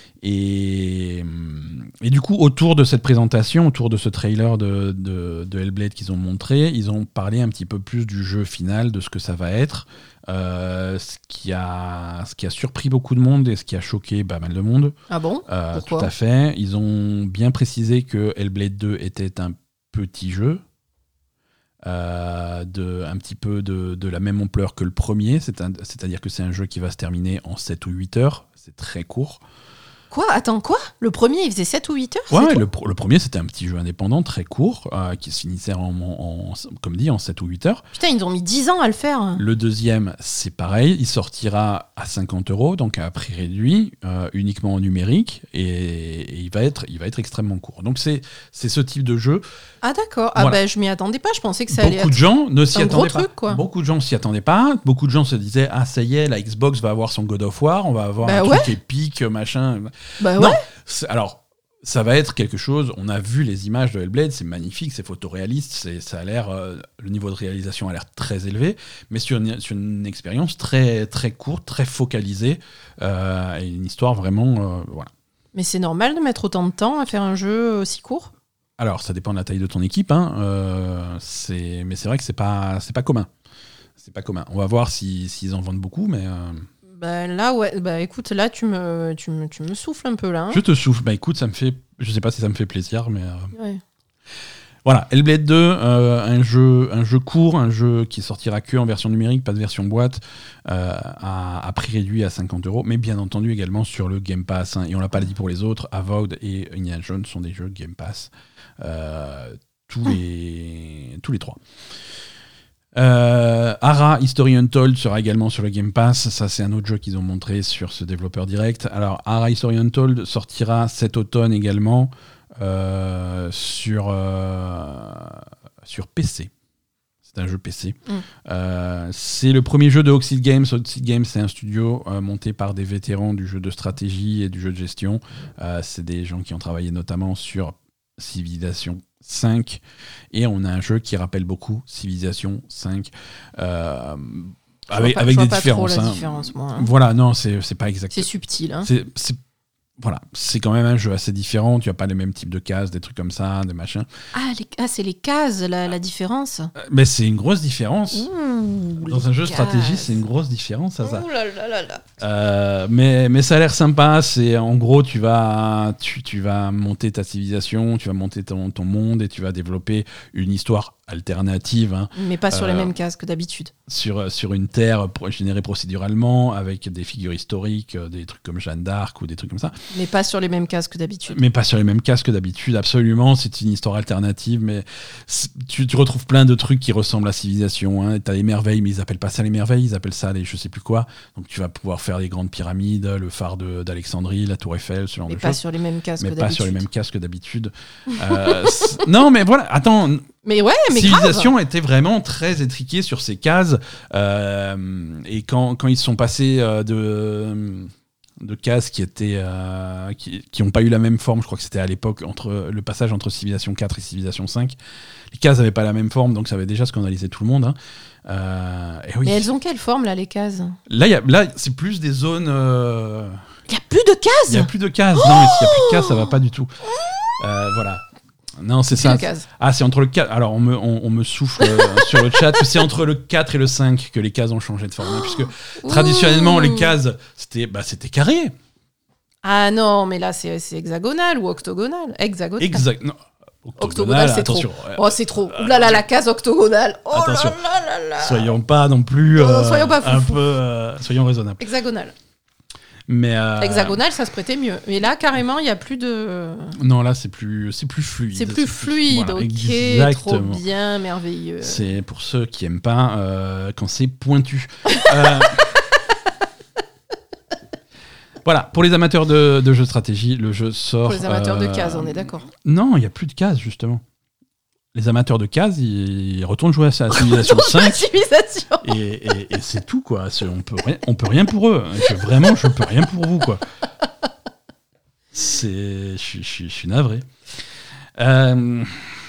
Et, et du coup, autour de cette présentation, autour de ce trailer de, de, de Hellblade qu'ils ont montré, ils ont parlé un petit peu plus du jeu final, de ce que ça va être. Euh, ce, qui a, ce qui a surpris beaucoup de monde et ce qui a choqué pas mal de monde. Ah bon ? euh, Pourquoi ? Tout à fait. Ils ont bien précisé que Hellblade deux était un petit jeu, euh, de, un petit peu de, de la même ampleur que le premier, c'est un, c'est-à-dire que c'est un jeu qui va se terminer en sept ou huit heures, c'est très court. Quoi ? Attends, quoi ? Le premier, il faisait sept ou huit heures ? Ouais, le, le premier, c'était un petit jeu indépendant, très court, euh, qui se finissait, en, en, en, comme dit, en sept ou huit heures. Putain, ils ont mis dix ans à le faire. Le deuxième, c'est pareil, il sortira à cinquante euros, donc à prix réduit, euh, uniquement en numérique, et, et il, va être, il va être extrêmement court. Donc c'est, c'est ce type de jeu. Ah d'accord, ah, voilà. bah, je m'y attendais pas, je pensais que ça Beaucoup allait être de gens ne s'y un attendaient gros pas. Truc, quoi. Beaucoup de gens s'y attendaient pas, beaucoup de gens se disaient « Ah, ça y est, la Xbox va avoir son God of War, on va avoir bah un ouais. truc épique, machin. » Bah non, ouais. C'est, alors, ça va être quelque chose, on a vu les images de Hellblade, c'est magnifique, c'est photoréaliste, c'est, ça a l'air, euh, le niveau de réalisation a l'air très élevé, mais sur une, sur une expérience très, très courte, très focalisée, euh, et une histoire vraiment... Euh, voilà. Mais c'est normal de mettre autant de temps à faire un jeu aussi court ? Alors, ça dépend de la taille de ton équipe, hein, euh, c'est, mais c'est vrai que c'est pas, c'est pas commun. C'est pas commun. On va voir si, s'ils en vendent beaucoup, mais... Euh... Bah là, ouais, bah écoute, là, tu me, tu me, tu me souffles un peu, là. Hein. Je te souffle. Bah écoute, ça me fait... Je sais pas si ça me fait plaisir, mais... Euh... Ouais. Voilà, Hellblade deux, euh, un, jeu, un jeu court, un jeu qui sortira que en version numérique, pas de version boîte, euh, à, à prix réduit à cinquante euros, mais bien entendu également sur le Game Pass. Hein, et on l'a pas dit pour les autres, Avowed et Indiana Jones sont des jeux Game Pass. Euh, tous, les, tous les trois. Euh, Ara History Untold sera également sur le Game Pass. Ça, c'est un autre jeu qu'ils ont montré sur ce développeur direct. Alors, Ara History Untold sortira cet automne également euh, sur, euh, sur P C. C'est un jeu P C. Mm. Euh, c'est le premier jeu de Oxide Games. Oxide Games, c'est un studio euh, monté par des vétérans du jeu de stratégie et du jeu de gestion. Euh, c'est des gens qui ont travaillé notamment sur Civilization cinq, et on a un jeu qui rappelle beaucoup Civilization cinq, euh, avec, pas, avec des pas différences. Trop la hein. différence moi, hein. Voilà, non, c'est, c'est pas exact. C'est subtil. Hein. C'est, c'est, voilà, c'est quand même un jeu assez différent. Tu n'as pas les mêmes types de cases, des trucs comme ça, des machins. Ah, les... ah c'est les cases, la, la différence. Euh, mais c'est une grosse différence. Mmh, Dans un jeu de cases. stratégie, c'est une grosse différence, ça. ça. Ouh là là là là. Euh, mais, mais ça a l'air sympa. C'est, en gros, tu vas, tu, tu vas monter ta civilisation, tu vas monter ton, ton monde et tu vas développer une histoire alternative. Hein, Mais pas sur euh, les mêmes cases que d'habitude. Sur, sur une terre pro- générée procéduralement, avec des figures historiques, euh, des trucs comme Jeanne d'Arc ou des trucs comme ça. Mais pas sur les mêmes cases que d'habitude. Mais pas sur les mêmes cases que d'habitude, absolument. C'est une histoire alternative, mais tu, tu retrouves plein de trucs qui ressemblent à Civilisation. Hein. Tu as les merveilles, mais ils appellent pas ça les merveilles, ils appellent ça les je sais plus quoi. Donc tu vas pouvoir faire les grandes pyramides, le phare de, d'Alexandrie, la tour Eiffel, ce genre Mais de pas choses. sur les mêmes cases Mais que pas d'habitude. sur les mêmes cases que d'habitude. Euh, non, mais voilà, attends. Mais ouais, mais Civilisation grave. était vraiment très étriquée sur ces cases. Euh, et quand, quand ils sont passés euh, de, de cases qui étaient euh, qui qui n'ont pas eu la même forme, je crois que c'était à l'époque entre le passage entre Civilisation quatre et Civilisation cinq, les cases n'avaient pas la même forme, donc ça avait déjà scandalisé tout le monde. Hein. Euh, et oui. Mais elles ont quelle forme là, les cases? Là, y a, là, c'est plus des zones. Euh... Il y a plus de Il y a cases. plus de cases. Non, mais s'il y a plus de cases, ça va pas du tout. Euh, voilà. Non, c'est Plus ça. de cases. Ah, c'est entre le quatre. Alors, on me, on, on me souffle euh, sur le chat que c'est entre le quatre et le cinq que les cases ont changé de forme. hein, puisque traditionnellement, Ouh. les cases, c'était, bah, c'était carré. Ah non, mais là c'est c'est hexagonal ou octogonal. Hexagonal. Exact. Non. Octogonal, c'est trop. attention. Oh, c'est trop. Ouh là là, la case octogonale. Oh Attention. là là là là. Soyons pas non plus. Oh, euh, soyons pas un foufou. peu. euh, soyons raisonnables. Hexagonal. Mais. euh, Hexagonal, ça se prêtait mieux. Mais là, carrément, il n'y a plus de. Non, là, c'est plus, c'est plus fluide. C'est plus fluide, voilà, ok, trop exactement. bien, merveilleux. C'est pour ceux qui aiment pas euh, quand c'est pointu. Euh, Voilà, pour les amateurs de, de jeux de stratégie, le jeu sort. Pour les amateurs de euh, cases, on est d'accord. Non, il n'y a plus de cases, justement. Les amateurs de cases, ils retournent jouer à sa Civilisation cinq. Civilisation. Et, et, et c'est tout, quoi. C'est- on peut rien, on peut rien pour eux. Je- vraiment, je peux rien pour vous, quoi. C'est, je, suis- je, suis- je suis navré. Euh...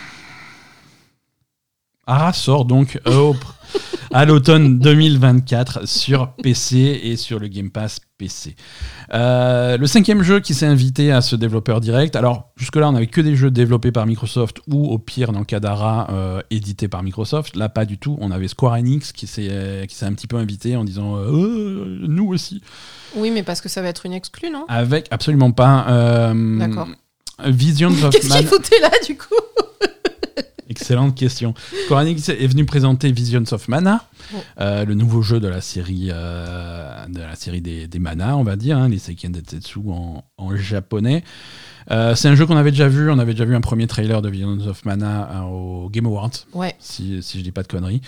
Ara sort donc euh, au pr- à l'automne deux mille vingt-quatre sur P C et sur le Game Pass P C. Euh, le cinquième jeu qui s'est invité à ce développeur direct. Alors, jusque-là, on n'avait que des jeux développés par Microsoft ou, au pire, dans le cas d'Ara, euh, édités par Microsoft. Là, pas du tout. On avait Square Enix qui s'est, qui s'est un petit peu invité en disant euh, « nous aussi ». Oui, mais parce que ça va être une exclue, non? Avec absolument pas... euh, D'accord. Visions of Qu'est-ce Man... qu'il foutait là, du coup? Excellente question. Square Enix est venu présenter Visions of Mana, Oh. euh, le nouveau jeu de la série, euh, de la série des, des Mana, on va dire, hein, les Seiken Densetsu en, en japonais. Euh, c'est un jeu qu'on avait déjà vu, on avait déjà vu un premier trailer de Visions of Mana euh, au Game Awards, Ouais. si, si je dis pas de conneries.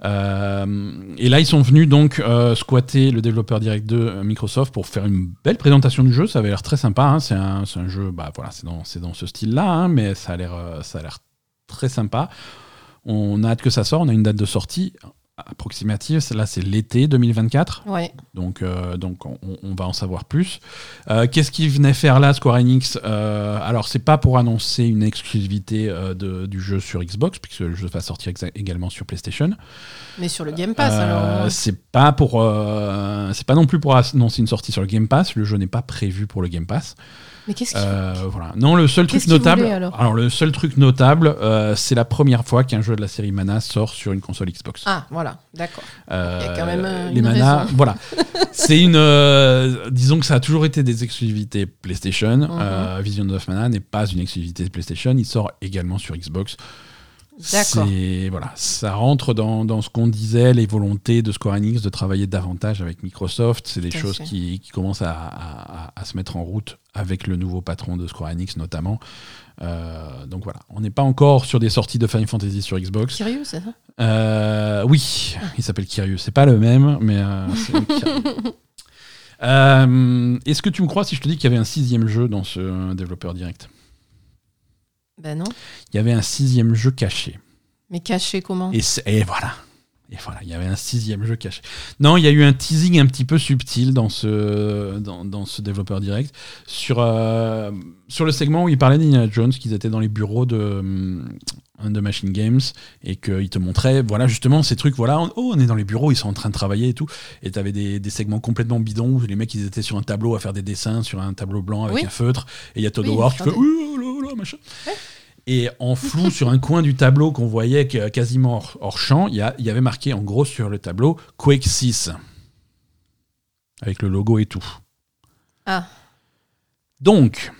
Euh, et là, ils sont venus donc euh, squatter le développeur direct de euh, Microsoft pour faire une belle présentation du jeu. Ça avait l'air très sympa. Hein. C'est, un, c'est un jeu, bah voilà, c'est dans, c'est dans ce style-là, hein, mais ça a l'air, euh, ça a l'air très sympa. On a hâte que ça sorte. On a une date de sortie approximative. Là, c'est l'été deux mille vingt-quatre. Ouais. Donc, euh, donc on, on va en savoir plus. Euh, qu'est-ce qu'ils venaient faire là, Square Enix? euh, Alors, c'est pas pour annoncer une exclusivité euh, de, du jeu sur Xbox, puisque le jeu va sortir exa- également sur PlayStation. Mais sur le Game Pass, Euh, alors. c'est pas pour, euh, c'est pas non plus pour annoncer une sortie sur le Game Pass. Le jeu n'est pas prévu pour le Game Pass. Mais qu'est-ce qu'il Euh, voilà. Non, le seul truc Qu'est-ce qu'il notable. voulait, alors le seul truc notable, euh, c'est la première fois qu'un jeu de la série Mana sort sur une console Xbox. Ah, voilà, d'accord. Euh, Il y a quand même, euh, les une Mana, raison. voilà. C'est une, euh, disons que ça a toujours été des exclusivités PlayStation. Mhm. Euh, Vision of Mana n'est pas une exclusivité PlayStation. Il sort également sur Xbox. D'accord. C'est, voilà, ça rentre dans, dans ce qu'on disait, les volontés de Square Enix de travailler davantage avec Microsoft. C'est des Tout à choses fait. qui, qui commencent à, à- à- à se mettre en route avec le nouveau patron de Square Enix notamment. Euh, donc voilà, on n'est pas encore sur des sorties de Final Fantasy sur Xbox. Curieux, c'est ça? Euh, oui, il s'appelle Kiryu. C'est pas le même, mais euh, c'est Kiryu. Euh, est-ce que tu me crois si je te dis qu'il y avait un sixième jeu dans ce euh, développeur direct? Ben non. Il y avait un sixième jeu caché. Mais caché comment? Et, c'est- et voilà. Et voilà, il y avait un sixième jeu caché. Non, il y a eu un teasing un petit peu subtil dans ce, dans, dans ce développeur direct. Sur, euh, sur le segment où il parlait d'Indiana Jones, qu'ils étaient dans les bureaux de, de Machine Games, et qu'il te montrait, voilà, justement, ces trucs, voilà, on, oh, on est dans les bureaux, ils sont en train de travailler et tout, et t'avais des, des segments complètement bidons où les mecs, ils étaient sur un tableau à faire des dessins sur un tableau blanc avec oui. un feutre, et il y a Todd oui, Howard qui fait, oh là là, machin. Ouais. Et en flou, sur un coin du tableau qu'on voyait quasiment hors, hors champ, il y, y avait marqué, en gros, sur le tableau, Quake six. Avec le logo et tout. Ah. Donc,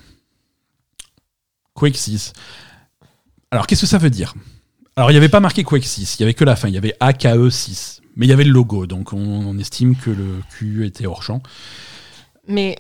Quake six. Alors, qu'est-ce que ça veut dire ? Alors, il n'y avait pas marqué Quake six, il n'y avait que la fin, il y avait A K E six. Mais il y avait le logo, donc on, on estime que le Q était hors champ. Mais...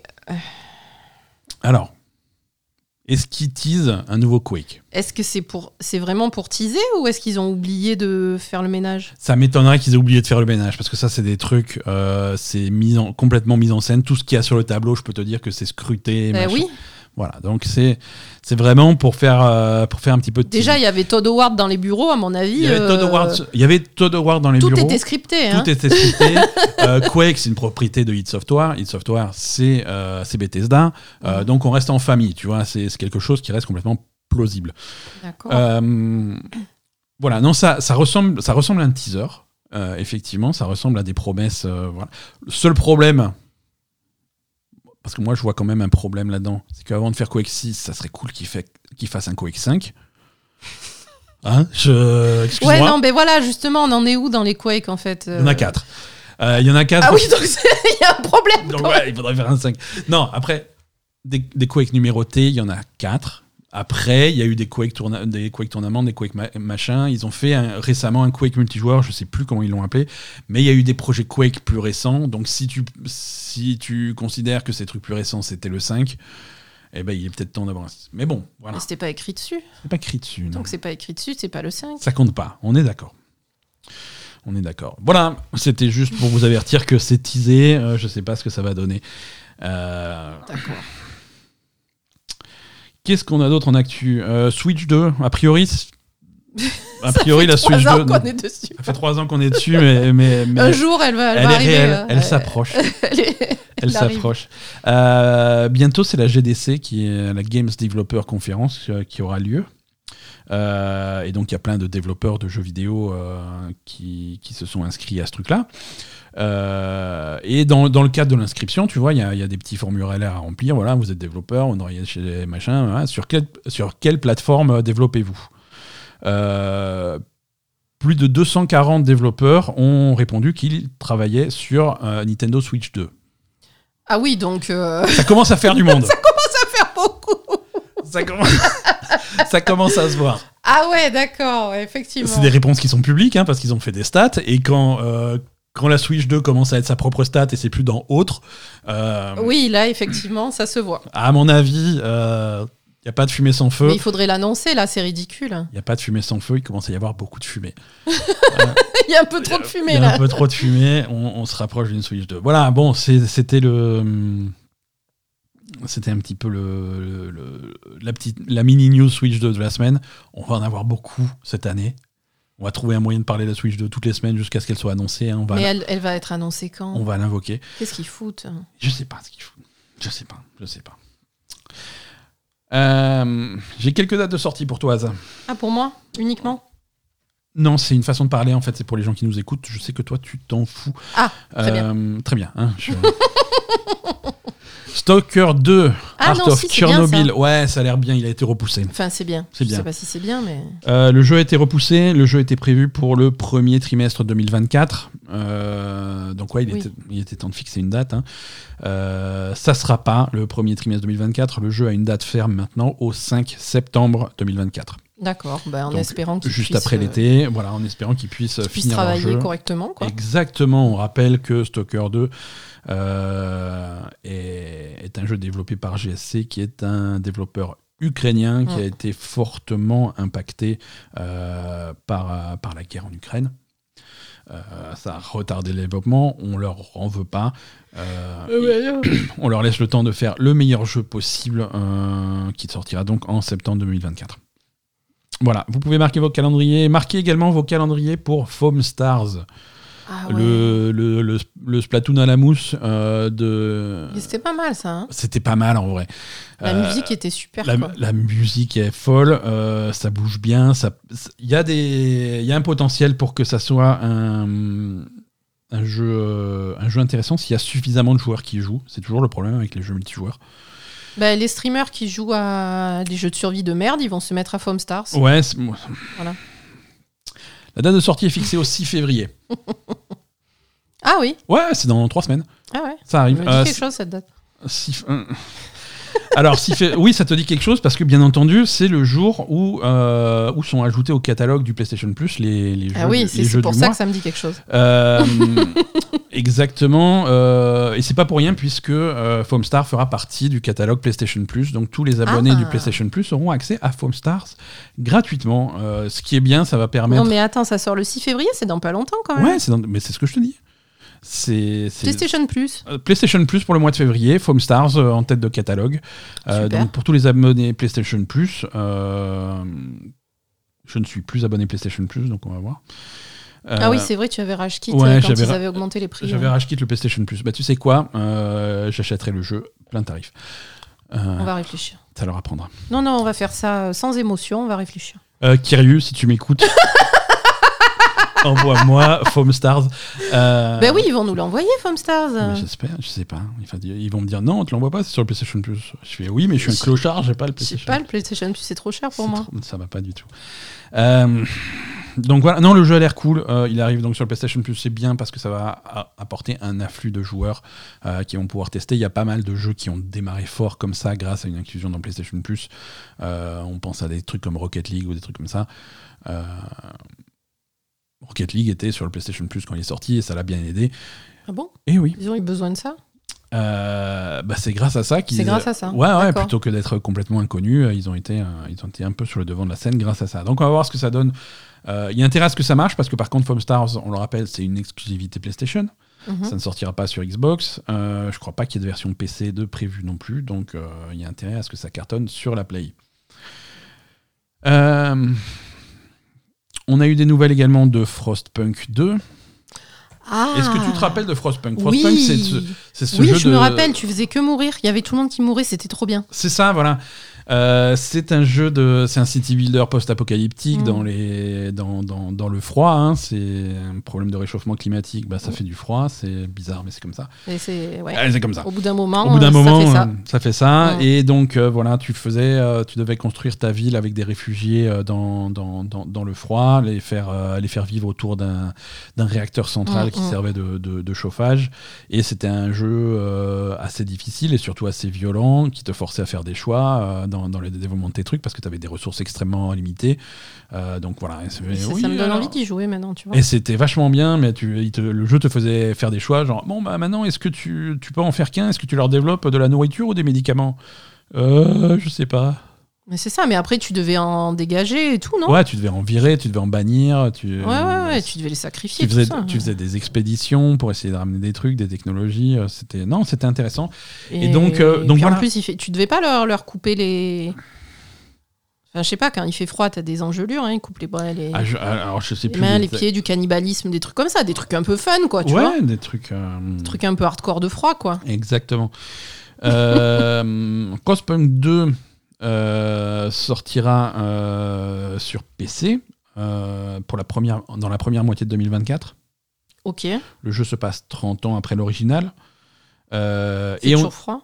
Alors, est-ce qu'ils teasent un nouveau Quake ? Est-ce que c'est, pour, c'est vraiment pour teaser ou est-ce qu'ils ont oublié de faire le ménage ? Ça m'étonnerait qu'ils aient oublié de faire le ménage, parce que ça, c'est des trucs, euh, c'est mis en, complètement mis en scène. Tout ce qu'il y a sur le tableau, je peux te dire que c'est scruté. Ben oui. Voilà, donc c'est, c'est vraiment pour faire, euh, pour faire un petit peu de Déjà, il y avait Todd Howard dans les bureaux, à mon avis. Il y avait Todd Howard, euh... il y avait Todd Howard dans les Tout bureaux. Tout était scripté. Hein. Tout était scripté. euh, Quake, c'est une propriété de id Software. id Software, c'est, euh, c'est Bethesda. Euh, mmh. Donc on reste en famille, tu vois. C'est, c'est quelque chose qui reste complètement plausible. D'accord. Euh, voilà, non, ça, ça, ressemble, ça ressemble à un teaser. Euh, effectivement, ça ressemble à des promesses. Euh, voilà. Le seul problème... Parce que moi, je vois quand même un problème là-dedans. C'est qu'avant de faire Quake six, ça serait cool qu'il, fait, qu'il fasse un Quake cinq. Hein je... Excuse-moi. Ouais, non, mais voilà, justement, on en est où dans les Quake, en fait euh... Il y en a quatre. Euh, il y en a quatre. Ah oui, donc il y a un problème. Donc ouais, il faudrait faire un cinq. Non, après, des, des Quake numérotés, il y en a quatre. Après, il y a eu des Quake, tourna- des Quake Tournament, des Quake ma- machin. Ils ont fait un, récemment un Quake multijoueur, je sais plus comment ils l'ont appelé, mais il y a eu des projets Quake plus récents. Donc si tu, si tu considères que ces trucs plus récents, c'était le cinq, eh ben, il est peut-être temps d'avoir un six. Mais bon, voilà. Mais c'était pas écrit dessus. C'est pas écrit dessus, non. Donc c'est pas écrit dessus, c'est pas le cinq. Ça compte pas, on est d'accord. On est d'accord. Voilà, c'était juste pour vous avertir que c'est teasé. Euh, je sais pas ce que ça va donner. Euh... D'accord. Qu'est-ce qu'on a d'autre en actu ? euh, Switch deux, a priori, a priori la Switch deux. Ça fait trois ans qu'on est dessus. Ça fait trois ans qu'on est dessus, mais, mais, mais un jour elle va, elle elle va est arriver. Réelle, euh, elle euh, s'approche. elle est, elle, elle s'approche. Euh, bientôt, c'est la G D C, qui est la Games Developer Conference, euh, qui aura lieu. Euh, et donc, il y a plein de développeurs de jeux vidéo euh, qui, qui se sont inscrits à ce truc-là. Euh, et dans, dans le cadre de l'inscription, tu vois, il y a, y a des petits formulaires à remplir. Voilà, vous êtes développeur, on travaille chez machin. Voilà, sur, quel, sur quelle plateforme développez-vous ? euh, Plus de deux cent quarante développeurs ont répondu qu'ils travaillaient sur euh, Nintendo Switch deux. Ah oui, donc... Euh... Ça commence à faire du monde. Ça commence à faire beaucoup. Ça commence... Ça commence à se voir. Ah ouais, d'accord, effectivement. C'est des réponses qui sont publiques, hein, parce qu'ils ont fait des stats. Et quand... Euh, Quand la Switch deux commence à être sa propre stat et c'est plus dans autre. Euh, oui, là, effectivement, ça se voit. À mon avis, il euh, n'y a pas de fumée sans feu. Mais il faudrait l'annoncer, là, c'est ridicule. Il n'y a pas de fumée sans feu, il commence à y avoir beaucoup de fumée. Il euh, y a un peu trop de fumée, là. Il y a un peu trop de fumée, on, on se rapproche d'une Switch deux. Voilà, bon, c'est, c'était le... C'était un petit peu le, le, la, petite, la mini news Switch deux de la semaine. On va en avoir beaucoup cette année. On va trouver un moyen de parler de la Switch deux toutes les semaines jusqu'à ce qu'elle soit annoncée. Hein. On va Mais la... elle, elle va être annoncée quand ? On va l'invoquer. Qu'est-ce qu'ils foutent ? Je sais pas ce qu'ils foutent. Je sais pas. Je sais pas. Euh, j'ai quelques dates de sortie pour toi, Asa. Ah, pour moi ? Uniquement ? Non, c'est une façon de parler, en fait. C'est pour les gens qui nous écoutent. Je sais que toi, tu t'en fous. Ah, très euh, bien. Très bien. Hein, je... Stalker deux, ah Art non, of si, Chernobyl. Bien, ouais, ça a l'air bien, il a été repoussé. Enfin, c'est bien. C'est je bien. sais pas si c'est bien, mais... Euh, le jeu a été repoussé, le jeu était prévu pour le premier trimestre deux mille vingt-quatre. Euh, donc ouais, il, oui. était, il était temps de fixer une date. Hein. Euh, ça sera pas le premier trimestre deux mille vingt-quatre, le jeu a une date ferme maintenant au cinq septembre deux mille vingt-quatre. D'accord, bah en donc, espérant qu'il juste puisse... après l'été, voilà, en espérant qu'ils puissent qu'il puisse finir travailler leur jeu. correctement, quoi. Exactement, on rappelle que Stalker deux euh, est, est un jeu développé par G S C, qui est un développeur ukrainien qui mmh. a été fortement impacté euh, par, par la guerre en Ukraine. Euh, ça a retardé le développement, on leur en veut pas. Euh, on leur laisse le temps de faire le meilleur jeu possible, euh, qui sortira donc en septembre deux mille vingt-quatre. Voilà, vous pouvez marquer vos calendriers. Marquez également vos calendriers pour Foam Stars. Ah ouais. le, le, le, le Splatoon à la mousse euh, de... Et c'était pas mal ça. Hein, c'était pas mal en vrai. la Euh, musique était super. La, quoi. la musique est folle, euh, ça bouge bien. Il y, y a un potentiel pour que ça soit un, un, jeu, euh, un jeu intéressant s'il y a suffisamment de joueurs qui y jouent. C'est toujours le problème avec les jeux multijoueurs. Bah, les streamers qui jouent à des jeux de survie de merde, ils vont se mettre à Foam Stars. Ouais, c'est... Voilà. La date de sortie est fixée au six février. Ah oui. Ouais, c'est dans trois semaines. Ah ouais. Ça arrive. Ça me dit Euh, quelque chose cette date. six... Alors, si fait... oui, ça te dit quelque chose parce que, bien entendu, c'est le jour où, euh, où sont ajoutés au catalogue du PlayStation Plus les, les jeux, Ah oui, les c'est, jeux c'est pour du ça mois. que ça me dit quelque chose. Euh, exactement. Euh, et c'est pas pour rien puisque euh, Foam Star fera partie du catalogue PlayStation Plus. Donc, tous les abonnés Ah. du PlayStation Plus auront accès à Foam Stars gratuitement. Euh, ce qui est bien, ça va permettre... Non mais attends, ça sort le six février, c'est dans pas longtemps quand même. Ouais, c'est dans... mais c'est ce que je te dis. C'est, c'est... PlayStation Plus. Euh, PlayStation Plus pour le mois de février, Foam Stars euh, en tête de catalogue. Euh, Super. donc pour tous les abonnés PlayStation Plus, euh, je ne suis plus abonné PlayStation Plus, donc on va voir. Euh, Ah oui, c'est vrai, tu avais rage kit ouais, euh, quand j'avais ils ra- avaient augmenté les prix. J'avais hein. rage kit le PlayStation Plus. Bah tu sais quoi, euh, j'achèterai le jeu plein tarif. Euh, On va réfléchir. Ça leur apprendra. Non, non, on va faire ça euh, sans émotion, on va réfléchir. Euh, Kiryu, si tu m'écoutes, envoie-moi Foam Stars. Euh, Ben oui, ils vont nous l'envoyer, Foam Stars. mais j'espère, je sais pas. Enfin, ils vont me dire non, on te l'envoie pas, c'est sur le PlayStation Plus. Je fais oui, mais je suis un Je- clochard, j'ai pas le Je sais PlayStation. pas, le PlayStation Plus, c'est trop cher pour C'est moi. trop- ça va pas du tout. Euh, donc voilà, non, le jeu a l'air cool. Euh, il arrive donc sur le PlayStation Plus, c'est bien parce que ça va a- apporter un afflux de joueurs euh, qui vont pouvoir tester. Il y a pas mal de jeux qui ont démarré fort comme ça grâce à une inclusion dans PlayStation Plus. Euh, on pense à des trucs comme Rocket League ou des trucs comme ça. Euh, Rocket League était sur le PlayStation Plus quand il est sorti et ça l'a bien aidé. Ah bon? Et oui. Ils ont eu besoin de ça? Euh, bah c'est grâce à ça qu'ils... C'est grâce à ça. Ouais, ouais, D'accord. plutôt que d'être complètement inconnus, euh, ils ont été, euh, ils ont été un peu sur le devant de la scène grâce à ça. Donc on va voir ce que ça donne. Euh, Il y a intérêt à ce que ça marche parce que par contre Foam Stars, on le rappelle, c'est une exclusivité PlayStation. Mhm. Ça ne sortira pas sur Xbox. Euh, je crois pas qu'il y ait de version P C de prévue non plus. Donc euh, il y a intérêt à ce que ça cartonne sur la Play. Euh, on a eu des nouvelles également de Frostpunk deux. Ah. Est-ce que tu te rappelles de Frostpunk? Oui. Frostpunk, c'est ce, c'est ce Oui, jeu je de... me rappelle, tu faisais que mourir. Il y avait tout le monde qui mourait, c'était trop bien. C'est ça, voilà. Euh, c'est un jeu de, c'est un city builder post-apocalyptique Mm. dans les, dans, dans, dans le froid. Hein. C'est un problème de réchauffement climatique. Bah, ça Mm. fait du froid. C'est bizarre, mais c'est comme ça. Et c'est, ouais. Allez, c'est comme ça. Au bout d'un moment, Au bout d'un euh, moment, ça fait ça. euh, ça fait ça. Mm. Et donc, euh, voilà, tu faisais, euh, tu devais construire ta ville avec des réfugiés euh, dans, dans, dans, dans le froid, les faire, euh, les faire vivre autour d'un, d'un réacteur central Mm, qui mm. servait de, de, de chauffage. Et c'était un jeu euh, assez difficile et surtout assez violent qui te forçait à faire des choix euh, dans, dans le développement de tes trucs parce que tu avais des ressources extrêmement limitées. Euh, donc voilà. Et, c'est- Ça, oui, ça me donne alors- envie d'y jouer maintenant, tu vois. et c'était vachement bien, mais tu, il te- le jeu te faisait faire des choix, genre, bon, bah maintenant, est-ce que tu, tu peux en faire qu'un? Est-ce que tu leur développes de la nourriture ou des médicaments? Euh, je sais pas. Mais c'est ça, mais après, tu devais en dégager et tout, non? Ouais, tu devais en virer, tu devais en bannir. Tu, ouais, ouais, ouais, tu devais les sacrifier. tu faisais, tout ça. tu faisais des expéditions pour essayer de ramener des trucs, des technologies. euh, C'était, non, c'était intéressant. Et donc, euh, donc puis voilà. En plus, il fait... tu devais pas leur, leur couper les. Enfin, je sais pas, quand il fait froid, t'as des engelures, hein, ils coupent les bras, les, Ah, je, alors, je sais les plus. mains, les- les pieds, du cannibalisme, des trucs comme ça, des trucs un peu fun, quoi, tu ouais, vois. des trucs. euh, Des trucs un peu hardcore de froid, quoi. Exactement. Euh, Frostpunk deux euh, sortira euh, sur P C euh, pour la première, dans la première moitié de deux mille vingt-quatre. Ok. Le jeu se passe trente ans après l'original. Euh, C'est et on- toujours froid.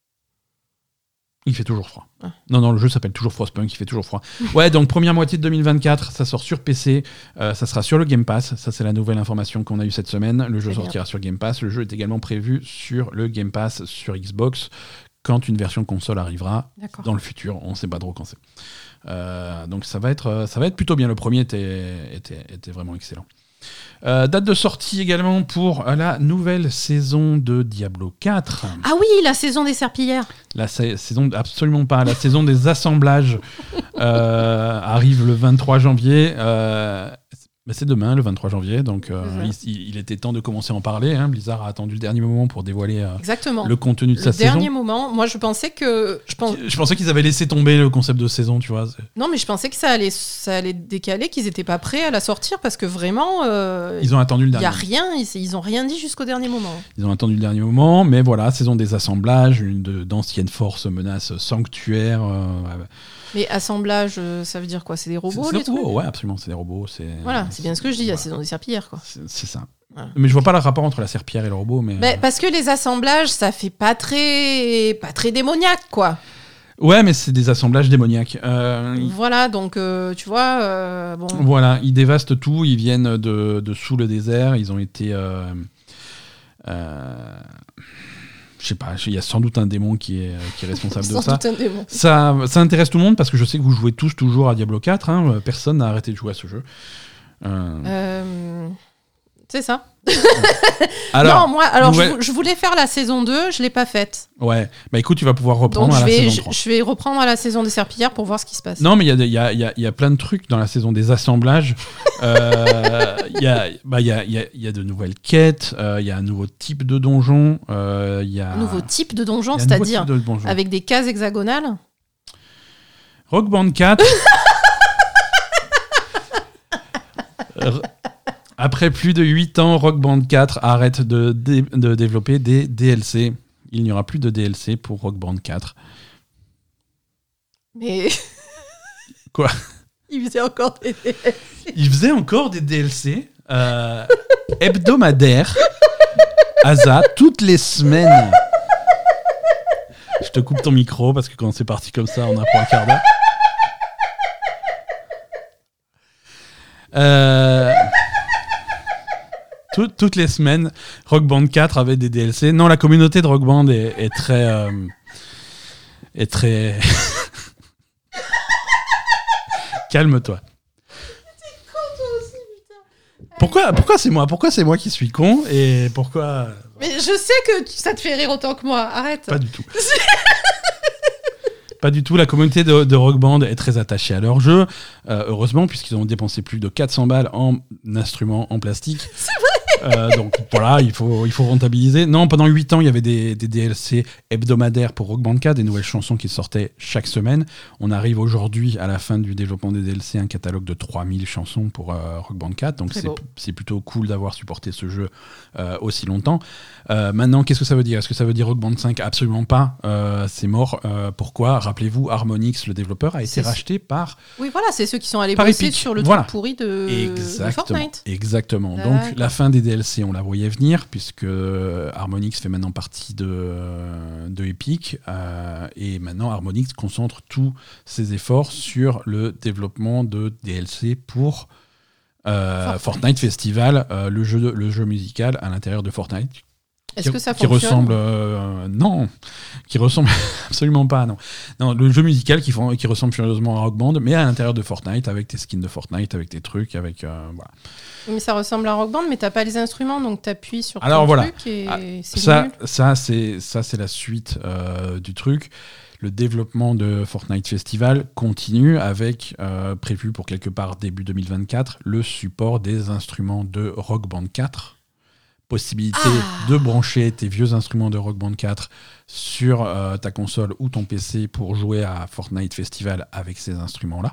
Il fait toujours froid. Ah. Non, non, le jeu s'appelle toujours Frostpunk, il fait toujours froid. Ouais, donc première moitié de deux mille vingt-quatre, ça sort sur P C, euh, ça sera sur le Game Pass, ça c'est la nouvelle information qu'on a eue cette semaine. Le jeu Très sortira sur Game Pass, le jeu est également prévu sur le Game Pass sur Xbox quand une version console arrivera D'accord. dans le futur, on ne sait pas trop quand c'est. Euh, donc ça va, être, ça va être plutôt bien, le premier était, était, était vraiment excellent. Euh, date de sortie également pour la nouvelle saison de Diablo quatre. Ah oui, la saison des serpillères. La sa- saison, absolument pas. La saison des assemblages euh, arrive le vingt-trois janvier. Euh, Bah, c'est demain, le vingt-trois janvier, donc euh, C'est il, il était temps de commencer à en parler. Hein. Blizzard a attendu le dernier moment pour dévoiler euh, Exactement. le contenu de Le sa dernier saison. moment, moi je pensais que. Je pense... Je pensais qu'ils avaient laissé tomber le concept de saison, tu vois. c'est- Non, mais je pensais que ça allait, ça allait décaler, qu'ils n'étaient pas prêts à la sortir parce que vraiment. euh, Ils ont attendu le Il dernier n'y a moment. rien, ils, ils ont rien dit jusqu'au dernier moment. Ils ont attendu le dernier moment, mais voilà, saison des assemblages, une de- d'anciennes forces menacent sanctuaires. euh, Mais assemblage, euh, ça veut dire quoi? C'est des robots, c'est les des trucs? robots, ouais, absolument, c'est des robots. C'est, Voilà, c'est bien ce que je dis, la voilà. saison des serpillères, quoi. C'est, c'est ça. Voilà. Mais je vois pas le rapport entre la serpillière et le robot, mais. Mais parce que les assemblages, ça fait pas très, pas très démoniaque, quoi. Ouais, mais c'est des assemblages démoniaques. Euh, ils- Voilà, donc euh, tu vois, euh, bon. Voilà, ils dévastent tout, ils viennent de, de sous le désert, ils ont été... Euh, euh, je sais pas, il y a sans doute un démon qui est, qui est responsable de Sans ça. doute un démon. ça. Ça intéresse tout le monde parce que je sais que vous jouez tous toujours à Diablo quatre, hein, personne n'a arrêté de jouer à ce jeu. Euh, Euh, c'est ça. alors, non, moi, alors nouvelle- je, vou- je voulais faire la saison deux, je l'ai pas faite. ouais, bah écoute, tu vas pouvoir reprendre Donc à je la vais, saison je, trois. je vais reprendre à la saison des serpillères pour voir ce qui se passe. Non, mais il y a, des- il y, a, il y, a, il y a plein de trucs dans la saison des assemblages. Euh, Il y, a, bah, il y, a, il y, a, il y a de nouvelles quêtes, euh, il y a un nouveau type de donjon. euh, Il y a Un nouveau type de donjon, il y a un nouveau c'est-à-dire type de donjon. avec des cases hexagonales. Rock Band quatre. R- Après plus de huit ans, Rock Band quatre arrête de, dé- de développer des D L C. Il n'y aura plus de D L C pour Rock Band quatre. Mais. Quoi? Il faisait encore des. Il faisait encore des D L C euh, hebdomadaires, A S A, toutes les semaines. Je te coupe ton micro parce que quand c'est parti comme ça, on apprend un quart d'heure. Euh, tout- toutes les semaines, Rock Band quatre avait des D L C. Non, la communauté de Rock Band est, est très... euh, est très... Calme-toi. Pourquoi, pourquoi c'est moi Pourquoi c'est moi qui suis con et pourquoi Mais je sais que tu- ça te fait rire autant que moi, arrête. Pas du tout. Pas du tout. La communauté de, de Rock Band est très attachée à leur jeu. Euh, heureusement, puisqu'ils ont dépensé plus de quatre cents balles en instruments en plastique. C'est vrai. Euh, donc voilà, il faut, il faut rentabiliser. Non, pendant huit ans, il y avait des, des D L C hebdomadaires pour Rock Band quatre, des nouvelles chansons qui sortaient chaque semaine. On arrive aujourd'hui, à la fin du développement des D L C, un catalogue de trois mille chansons pour euh, Rock Band quatre. Donc Très c'est, beau. c'est plutôt cool d'avoir supporté ce jeu euh, aussi longtemps. Euh, maintenant, qu'est-ce que ça veut dire? Est-ce que ça veut dire Rock Band cinq? Absolument pas. Euh, c'est mort. Euh, pourquoi? Rappelez-vous, Harmonix, le développeur, a été C'est- racheté par Oui, voilà, c'est ceux qui sont allés Par bosser Epic. sur le Voilà. truc pourri de, de Exactement. Fortnite. Exactement. D'accord. Donc la fin des D L C, on la voyait venir puisque Harmonix fait maintenant partie de, de Epic euh, et maintenant Harmonix concentre tous ses efforts sur le développement de D L C pour euh, Fortnite. Fortnite Festival, euh, le jeu de- le jeu musical à l'intérieur de Fortnite. Est-ce qui, que ça qui fonctionne ressemble euh, non, qui ressemble absolument pas non. Non, le jeu musical qui, font- qui ressemble furieusement à Rock Band, mais à l'intérieur de Fortnite avec tes skins de Fortnite, avec tes trucs, avec euh, voilà. Mais ça ressemble à Rock Band, mais t'as pas les instruments, donc t'appuies sur Alors ton voilà. truc et Ah, c'est Ça, nul. ça c'est ça c'est la suite euh, du truc. Le développement de Fortnite Festival continue avec euh, prévu pour quelque part début deux mille vingt-quatre le support des instruments de Rock Band quatre. Possibilité Ah. de brancher tes vieux instruments de Rock Band quatre sur euh, ta console ou ton P C pour jouer à Fortnite Festival avec ces instruments-là.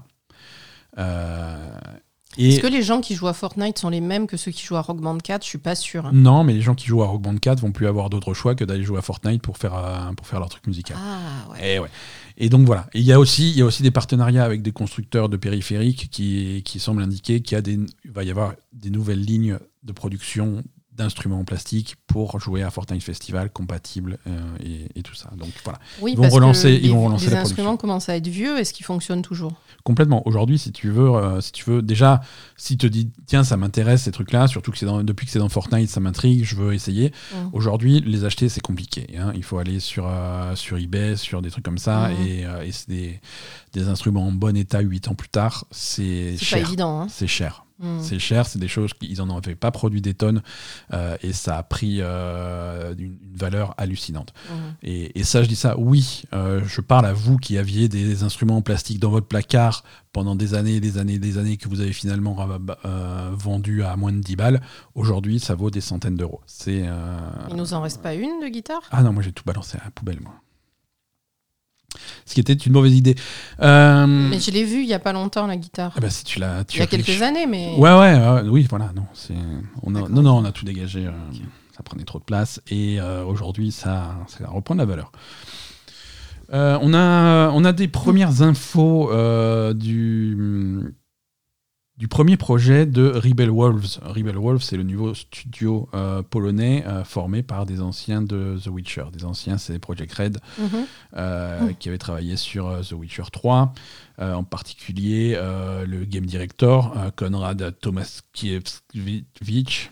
Euh, et Est-ce que les gens qui jouent à Fortnite sont les mêmes que ceux qui jouent à Rock Band quatre? Je suis pas sûre. non, mais les gens qui jouent à Rock Band quatre vont plus avoir d'autre choix que d'aller jouer à Fortnite pour faire, euh, pour faire leur truc musical. Ah ouais. Et, ouais. Et donc voilà. Et il y a aussi, il y a aussi des partenariats avec des constructeurs de périphériques qui, qui semblent indiquer qu'il y a des, il va y avoir des nouvelles lignes de production d'instruments en plastique pour jouer à Fortnite Festival compatibles euh, et, et tout ça. Donc voilà. Oui, Ils vont parce relancer- que ils vont les, relancer les la instruments production. commencent à être vieux. Est-ce qu'ils fonctionnent toujours? Complètement. Aujourd'hui, si tu veux, euh, si tu veux, déjà, si tu te dis, tiens, ça m'intéresse ces trucs-là, surtout que c'est dans, depuis que c'est dans Fortnite, ça m'intrigue, je veux essayer. Mm. Aujourd'hui, les acheter, c'est compliqué. Hein. Il faut aller sur, euh, sur eBay, sur des trucs comme ça, Mhm. et, euh, et c'est des, des instruments en bon état huit ans plus tard, c'est C'est pas cher. évident. Hein. C'est cher. Mmh. C'est cher, c'est des choses qu'ils n'en avaient pas produit des tonnes euh, et ça a pris euh, une, une valeur hallucinante. Mmh. Et, et ça, je dis ça, oui, euh, je parle à vous qui aviez des instruments en plastique dans votre placard pendant des années, des années, des années que vous avez finalement euh, vendu à moins de dix balles. Aujourd'hui, ça vaut des centaines d'euros. C'est, euh... Il nous en reste pas une de guitare ? Ah non, moi j'ai tout balancé à la poubelle, moi. Ce qui était une mauvaise idée. Euh... Mais je l'ai vu il y a pas longtemps, la guitare. Eh ben, si tu l'as, tu il y a quelques riche. années, mais. Ouais, ouais, euh, oui, voilà. Non, c'est... On a... non, non, on a tout dégagé. Euh... Okay. Ça prenait trop de place. Et euh, aujourd'hui, ça, ça reprend de la valeur. Euh, on, a, on a des premières infos euh, du, du premier projet de Rebel Wolves. Rebel Wolves, c'est le nouveau studio euh, polonais euh, formé par des anciens de The Witcher. Des anciens, c'est Project Red, mm-hmm. euh, mm. qui avaient travaillé sur euh, The Witcher trois. Euh, en particulier, euh, le game director, euh, Konrad Tomaskiewicz.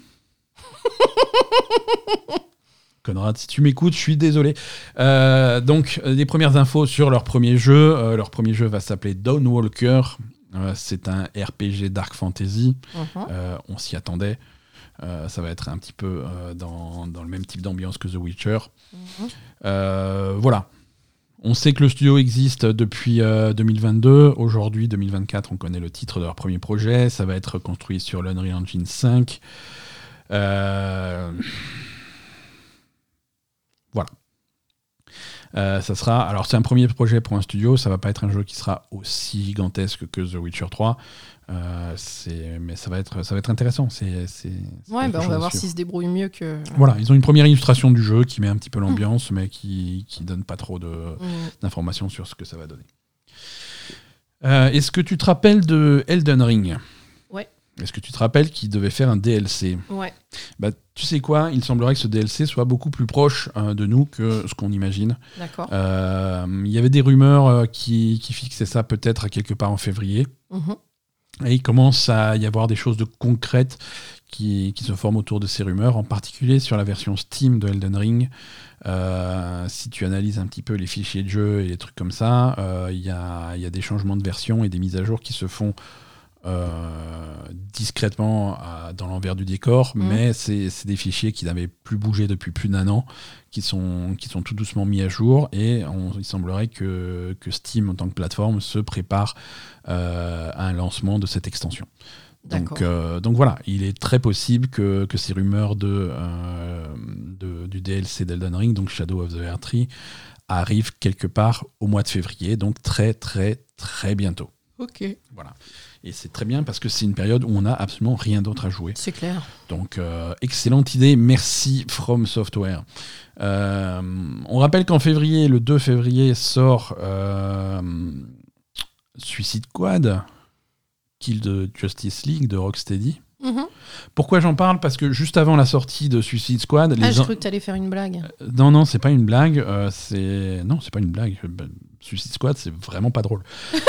Konrad, si tu m'écoutes, je suis désolé. Euh, donc, euh, les premières infos sur leur premier jeu. Euh, leur premier jeu va s'appeler Dawnwalker. Euh, c'est un R P G Dark Fantasy. Uh-huh. Euh, on s'y attendait. Euh, ça va être un petit peu euh, dans, dans le même type d'ambiance que The Witcher. Uh-huh. Euh, voilà. On sait que le studio existe depuis euh, deux mille vingt-deux. Aujourd'hui, deux mille vingt-quatre, on connaît le titre de leur premier projet. Ça va être construit sur l'Unreal Engine cinq. Euh... Voilà. Euh, ça sera, alors c'est un premier projet pour un studio, ça va pas être un jeu qui sera aussi gigantesque que The Witcher trois, euh, c'est, mais ça va être, ça va être intéressant. C'est, c'est, c'est ouais, bah on va voir s'ils se débrouillent mieux que. Voilà, ils ont une première illustration du jeu qui met un petit peu l'ambiance, mmh. mais qui qui donne pas trop de mmh. d'informations sur ce que ça va donner. Euh, est-ce que tu te rappelles de Elden Ring ? Ouais. Est-ce que tu te rappelles qu'il devait faire un D L C ? Ouais. Bah, tu sais quoi ? Il semblerait que ce D L C soit beaucoup plus proche euh, de nous que ce qu'on imagine. D'accord. Euh, il y avait des rumeurs euh, qui, qui fixaient ça peut-être à quelque part en février. Mmh. Et il commence à y avoir des choses de concrètes qui, qui se forment autour de ces rumeurs, en particulier sur la version Steam de Elden Ring. Euh, si tu analyses un petit peu les fichiers de jeu et les trucs comme ça, euh, il y a, y a des changements de version et des mises à jour qui se font Euh, discrètement à, dans l'envers du décor, mmh. mais c'est, c'est des fichiers qui n'avaient plus bougé depuis plus d'un an, qui sont, qui sont tout doucement mis à jour, et on, il semblerait que, que Steam, en tant que plateforme, se prépare euh, à un lancement de cette extension. Donc, euh, donc voilà, il est très possible que, que ces rumeurs de, euh, de, du D L C d'Elden Ring, donc Shadow of the Erdtree, arrivent quelque part au mois de février, donc très très très bientôt. Ok. Voilà. Et c'est très bien parce que c'est une période où on n'a absolument rien d'autre à jouer. C'est clair. Donc, euh, excellente idée. Merci From Software. Euh, on rappelle qu'en février, le deux février, sort euh, Suicide Squad, Kill the Justice League de Rocksteady. Mm-hmm. Pourquoi j'en parle ? Parce que juste avant la sortie de Suicide Squad... Ah, les j'ai en... cru que tu allais faire une blague. Euh, non, non, c'est pas une blague. Euh, c'est... Non, c'est pas une blague. Suicide Squad, c'est vraiment pas drôle.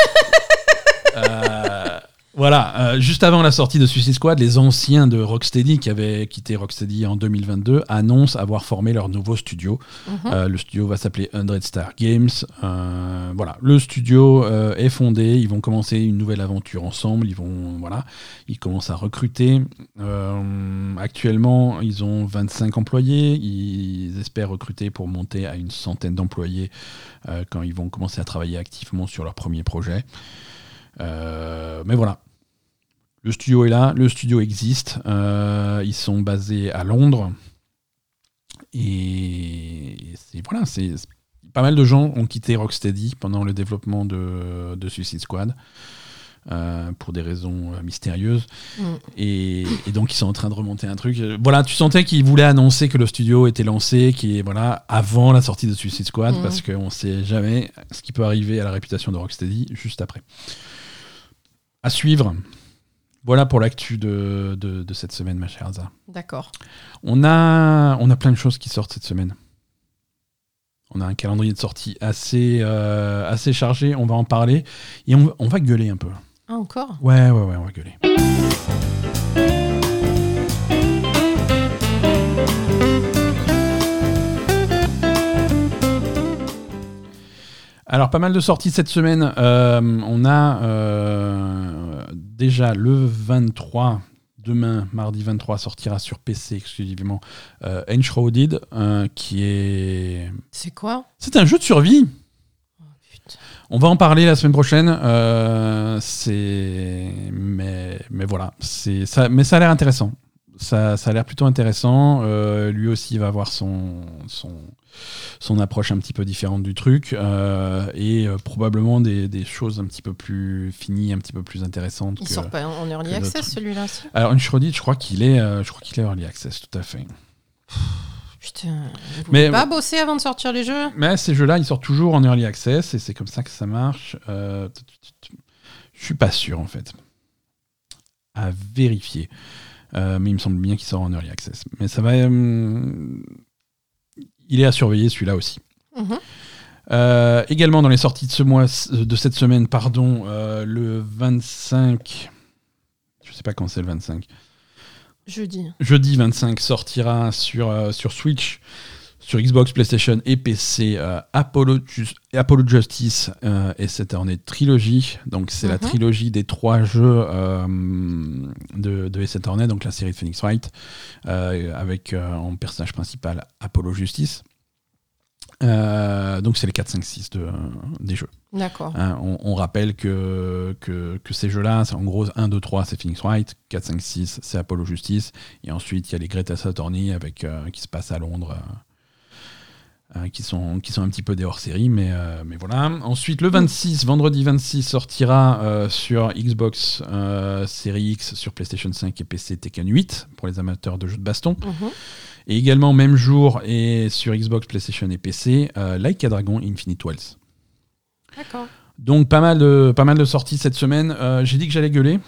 Euh, voilà, euh, juste avant la sortie de Suicide Squad, les anciens de Rocksteady, qui avaient quitté Rocksteady en deux mille vingt-deux, annoncent avoir formé leur nouveau studio. Mm-hmm. Euh, le studio va s'appeler Hundred Star Games. Euh, voilà, le studio euh, est fondé. Ils vont commencer une nouvelle aventure ensemble. Ils vont, voilà, ils commencent à recruter. Euh, actuellement, ils ont vingt-cinq employés. Ils espèrent recruter pour monter à une centaine d'employés euh, quand ils vont commencer à travailler activement sur leur premier projet. Euh, mais voilà, le studio est là, le studio existe, euh, ils sont basés à Londres et c'est, voilà, c'est, c'est, pas mal de gens ont quitté Rocksteady pendant le développement de, de Suicide Squad euh, pour des raisons euh, mystérieuses mm. et, et donc ils sont en train de remonter un truc. Voilà, tu sentais qu'ils voulaient annoncer que le studio était lancé, qui est voilà avant la sortie de Suicide Squad mm. parce qu'on sait jamais ce qui peut arriver à la réputation de Rocksteady juste après. À suivre. Voilà pour l'actu de, de, de cette semaine, ma chère Elsa. D'accord. On a, on a plein de choses qui sortent cette semaine. On a un calendrier de sortie assez, euh, assez chargé, on va en parler. Et on, on va gueuler un peu. Ah, encore ? Ouais, ouais, ouais, on va gueuler. Alors, pas mal de sorties cette semaine. Euh, on a euh, déjà le vingt-trois, demain, mardi vingt-trois, sortira sur P C exclusivement euh, Enshrouded, euh, qui est... C'est quoi ? C'est un jeu de survie. Oh, putain. On va en parler la semaine prochaine. Euh, c'est... Mais, mais voilà. C'est... Ça... Mais ça a l'air intéressant. Ça, ça a l'air plutôt intéressant. Euh, lui aussi va avoir son, son, son approche un petit peu différente du truc euh, et euh, probablement des, des choses un petit peu plus finies, un petit peu plus intéressantes. Il que, sort pas en early access d'autres. celui-là aussi. Alors Enshrouded, je crois qu'il est, euh, je crois qu'il est early access, tout à fait. Putain, vous Mais voulez pas bosser avant de sortir les jeux ? Mais ces jeux-là, ils sortent toujours en early access et c'est comme ça que ça marche. Euh, je suis pas sûr en fait. À vérifier. Euh, mais il me semble bien qu'il sort en early access. Mais ça va. Euh, il est à surveiller celui-là aussi. Mm-hmm. Euh, également dans les sorties de ce mois, de cette semaine, pardon, euh, le vingt-cinq. Je sais pas quand c'est le vingt-cinq. Jeudi. Jeudi vingt-cinq sortira sur euh, sur Switch, sur Xbox, PlayStation et P C euh, Apollo, Just, Apollo Justice euh, et Ace Attorney Trilogy. Donc c'est mm-hmm. la trilogie des trois jeux euh, de, de Ace Attorney, donc la série de Phoenix Wright, euh, avec euh, en personnage principal Apollo Justice. Euh, donc c'est les quatre, cinq, six de, des jeux. D'accord. Hein, on, on rappelle que, que, que ces jeux-là, c'est en gros un, deux, trois, c'est Phoenix Wright, quatre, cinq, six, c'est Apollo Justice, et ensuite il y a les Great Ace Attorney avec, euh, qui se passent à Londres. Euh, Euh, qui, sont, qui sont un petit peu des hors-série, mais, euh, mais voilà. Ensuite, le vingt-six, vendredi vingt-six, sortira euh, sur Xbox euh, Series X, sur PlayStation cinq et P C Tekken huit, pour les amateurs de jeux de baston. Mm-hmm. Et également, même jour, et sur Xbox, PlayStation et P C, euh, Like a Dragon Infinite Wells. D'accord. Donc, pas mal de, pas mal de sorties cette semaine. Euh, j'ai dit que j'allais gueuler.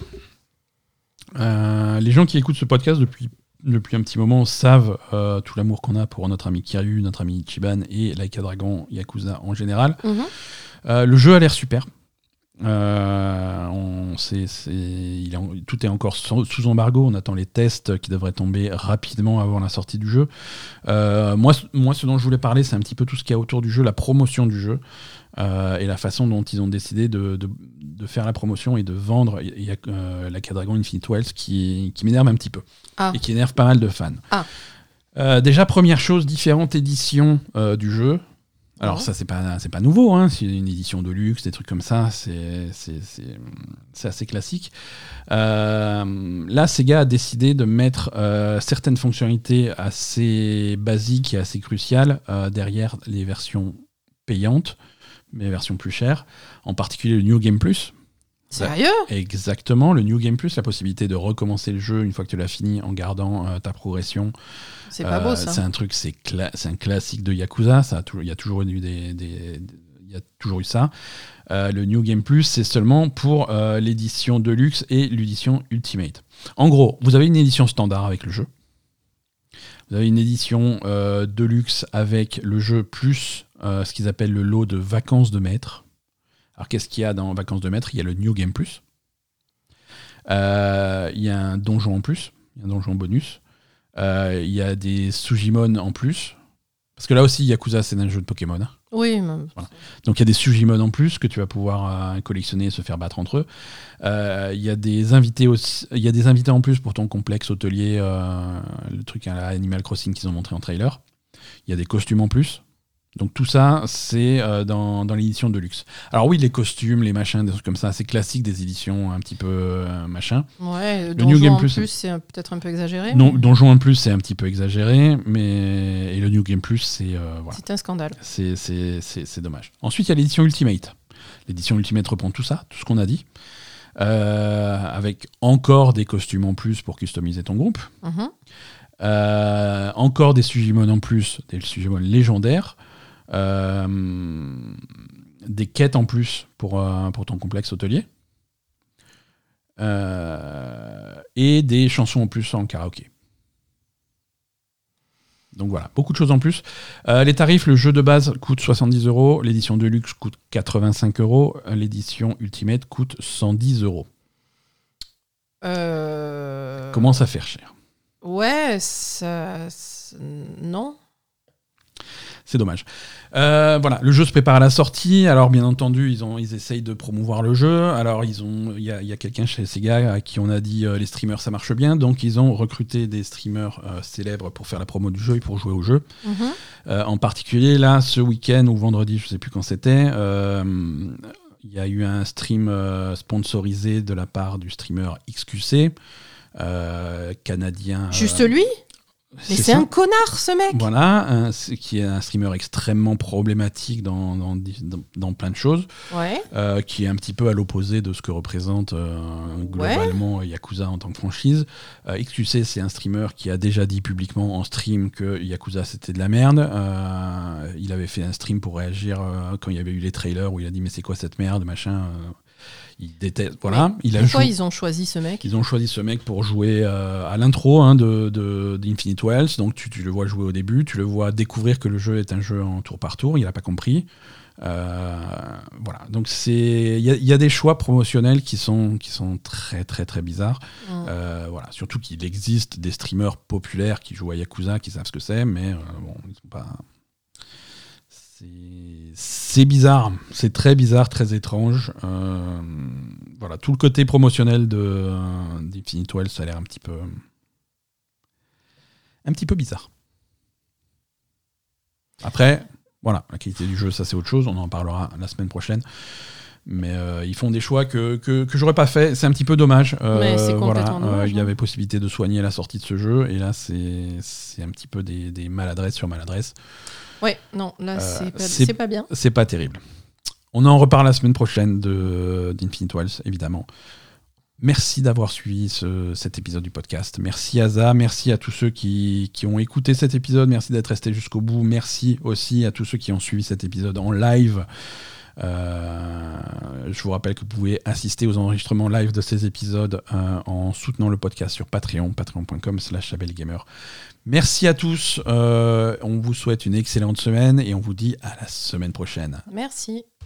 Euh, les gens qui écoutent ce podcast depuis depuis un petit moment savent euh, tout l'amour qu'on a pour notre ami Kiryu, notre ami Ichiban et Like a Dragon, Yakuza en général. Mm-hmm. Euh, le jeu a l'air super. Euh, on, c'est, c'est, il est, tout est encore sous, sous embargo. On attend les tests qui devraient tomber rapidement avant la sortie du jeu. Euh, moi, moi, ce dont je voulais parler, c'est un petit peu tout ce qu'il y a autour du jeu, la promotion du jeu. Euh, et la façon dont ils ont décidé de, de, de faire la promotion et de vendre. Il y a euh, Like a Dragon Infinite Wells qui, qui m'énerve un petit peu ah. et qui énerve pas mal de fans. Ah. Euh, déjà, première chose, différentes éditions euh, du jeu. Alors oh. ça, c'est pas, c'est pas nouveau, hein. C'est une édition de luxe, des trucs comme ça, c'est, c'est, c'est, c'est assez classique. Euh, là, Sega a décidé de mettre euh, certaines fonctionnalités assez basiques et assez cruciales euh, derrière les versions payantes, mais les versions plus chères, en particulier le New Game Plus. Sérieux ? Exactement, le New Game Plus, la possibilité de recommencer le jeu une fois que tu l'as fini en gardant euh, ta progression. C'est pas euh, beau ça. C'est un truc, c'est, cla- c'est un classique de Yakuza, ça a toujours, il y a toujours eu des, des, il y a toujours eu ça. Euh, le New Game Plus, c'est seulement pour euh, l'édition Deluxe et l'édition Ultimate. En gros, vous avez une édition standard avec le jeu. Vous avez une édition euh, Deluxe avec le jeu plus euh, ce qu'ils appellent le lot de vacances de maître. Alors, qu'est-ce qu'il y a dans Vacances de Maître ? Il y a le New Game Plus. Euh, il y a un donjon en plus. Il y a un donjon bonus. Euh, il y a des Sujimon en plus. Parce que là aussi, Yakuza, c'est un jeu de Pokémon. Oui. Mais... Voilà. Donc, il y a des Sujimon en plus que tu vas pouvoir euh, collectionner et se faire battre entre eux. Euh, il y a des invités aussi, il y a des invités en plus pour ton complexe hôtelier, euh, le truc à la Animal Crossing qu'ils ont montré en trailer. Il y a des costumes en plus. Donc tout ça, c'est euh, dans, dans l'édition de luxe. Alors oui, les costumes, les machins, des trucs comme ça, c'est classique des éditions un petit peu euh, machin. Ouais, le New Game en Plus, plus, c'est peut-être un peu exagéré. Non, mais... Donjon en plus, c'est un petit peu exagéré, mais et le New Game Plus, c'est euh, voilà. C'est un scandale. C'est, c'est, c'est, c'est dommage. Ensuite, il y a l'édition Ultimate. L'édition Ultimate reprend tout ça, tout ce qu'on a dit, euh, avec encore des costumes en plus pour customiser ton groupe. Mm-hmm. Euh, encore des Sujimon en plus, des Sujimon légendaires. Euh, des quêtes en plus pour, euh, pour ton complexe hôtelier euh, et des chansons en plus en karaoké. Donc voilà, beaucoup de choses en plus. Euh, les tarifs, le jeu de base coûte soixante-dix euros, l'édition de luxe coûte quatre-vingt-cinq euros, l'édition Ultimate coûte cent dix euros. Euh... Commence à faire cher. Ouais, ça... non. C'est dommage. Euh, voilà, le jeu se prépare à la sortie. Alors, bien entendu, ils, ont, ils essayent de promouvoir le jeu. Alors, ils ont, il y a, y a quelqu'un chez Sega à qui on a dit euh, les streamers, ça marche bien. Donc, ils ont recruté des streamers euh, célèbres pour faire la promo du jeu et pour jouer au jeu. Mm-hmm. Euh, en particulier, là, ce week-end ou vendredi, je ne sais plus quand c'était, euh, il y a eu un stream euh, sponsorisé de la part du streamer X Q C, euh, canadien. Juste euh, lui ? Mais c'est, c'est un connard, ce mec. Voilà, un, qui est un streamer extrêmement problématique dans, dans, dans, dans plein de choses, ouais. euh, qui est un petit peu à l'opposé de ce que représente euh, globalement ouais. Yakuza en tant que franchise. Euh, X Q C, c'est un streamer qui a déjà dit publiquement en stream que Yakuza, c'était de la merde. Euh, il avait fait un stream pour réagir euh, quand il y avait eu les trailers où il a dit « mais c'est quoi cette merde ?» machin. Euh, Il déteste. Voilà. Il a pourquoi jou- ils ont choisi ce mec ? Ils ont choisi ce mec pour jouer euh, à l'intro hein, de, de, d'Infinite Wells. Donc tu, tu le vois jouer au début, tu le vois découvrir que le jeu est un jeu en tour par tour. Il n'a pas compris. Euh, voilà. Donc c'est, il y, y a des choix promotionnels qui sont qui sont très très très bizarres. Mmh. Euh, voilà. Surtout qu'il existe des streamers populaires qui jouent à Yakuza, qui savent ce que c'est, mais euh, bon, ils sont pas. C'est, c'est bizarre, c'est très bizarre, très étrange. Euh, voilà, tout le côté promotionnel de euh, d'Infinite Wells, ça a l'air un petit peu, un petit peu bizarre. Après, voilà, la qualité du jeu, ça c'est autre chose. On en parlera la semaine prochaine. Mais euh, ils font des choix que, que, que j'aurais pas fait. C'est un petit peu dommage. Euh, Mais c'est voilà, complètement dommage. Euh, il y avait possibilité de soigner la sortie de ce jeu, et là c'est c'est un petit peu des, des maladresses sur maladresses. Ouais, non, là, euh, c'est, pas, c'est, c'est pas bien. C'est pas terrible. On en reparle la semaine prochaine de, d'Infinite Wells, évidemment. Merci d'avoir suivi ce, cet épisode du podcast. Merci Aza, merci à tous ceux qui, qui ont écouté cet épisode. Merci d'être restés jusqu'au bout. Merci aussi à tous ceux qui ont suivi cet épisode en live. Euh, je vous rappelle que vous pouvez assister aux enregistrements live de ces épisodes euh, en soutenant le podcast sur Patreon, patreon.com slash labelgamer. Merci à tous, euh, on vous souhaite une excellente semaine et on vous dit à la semaine prochaine. Merci.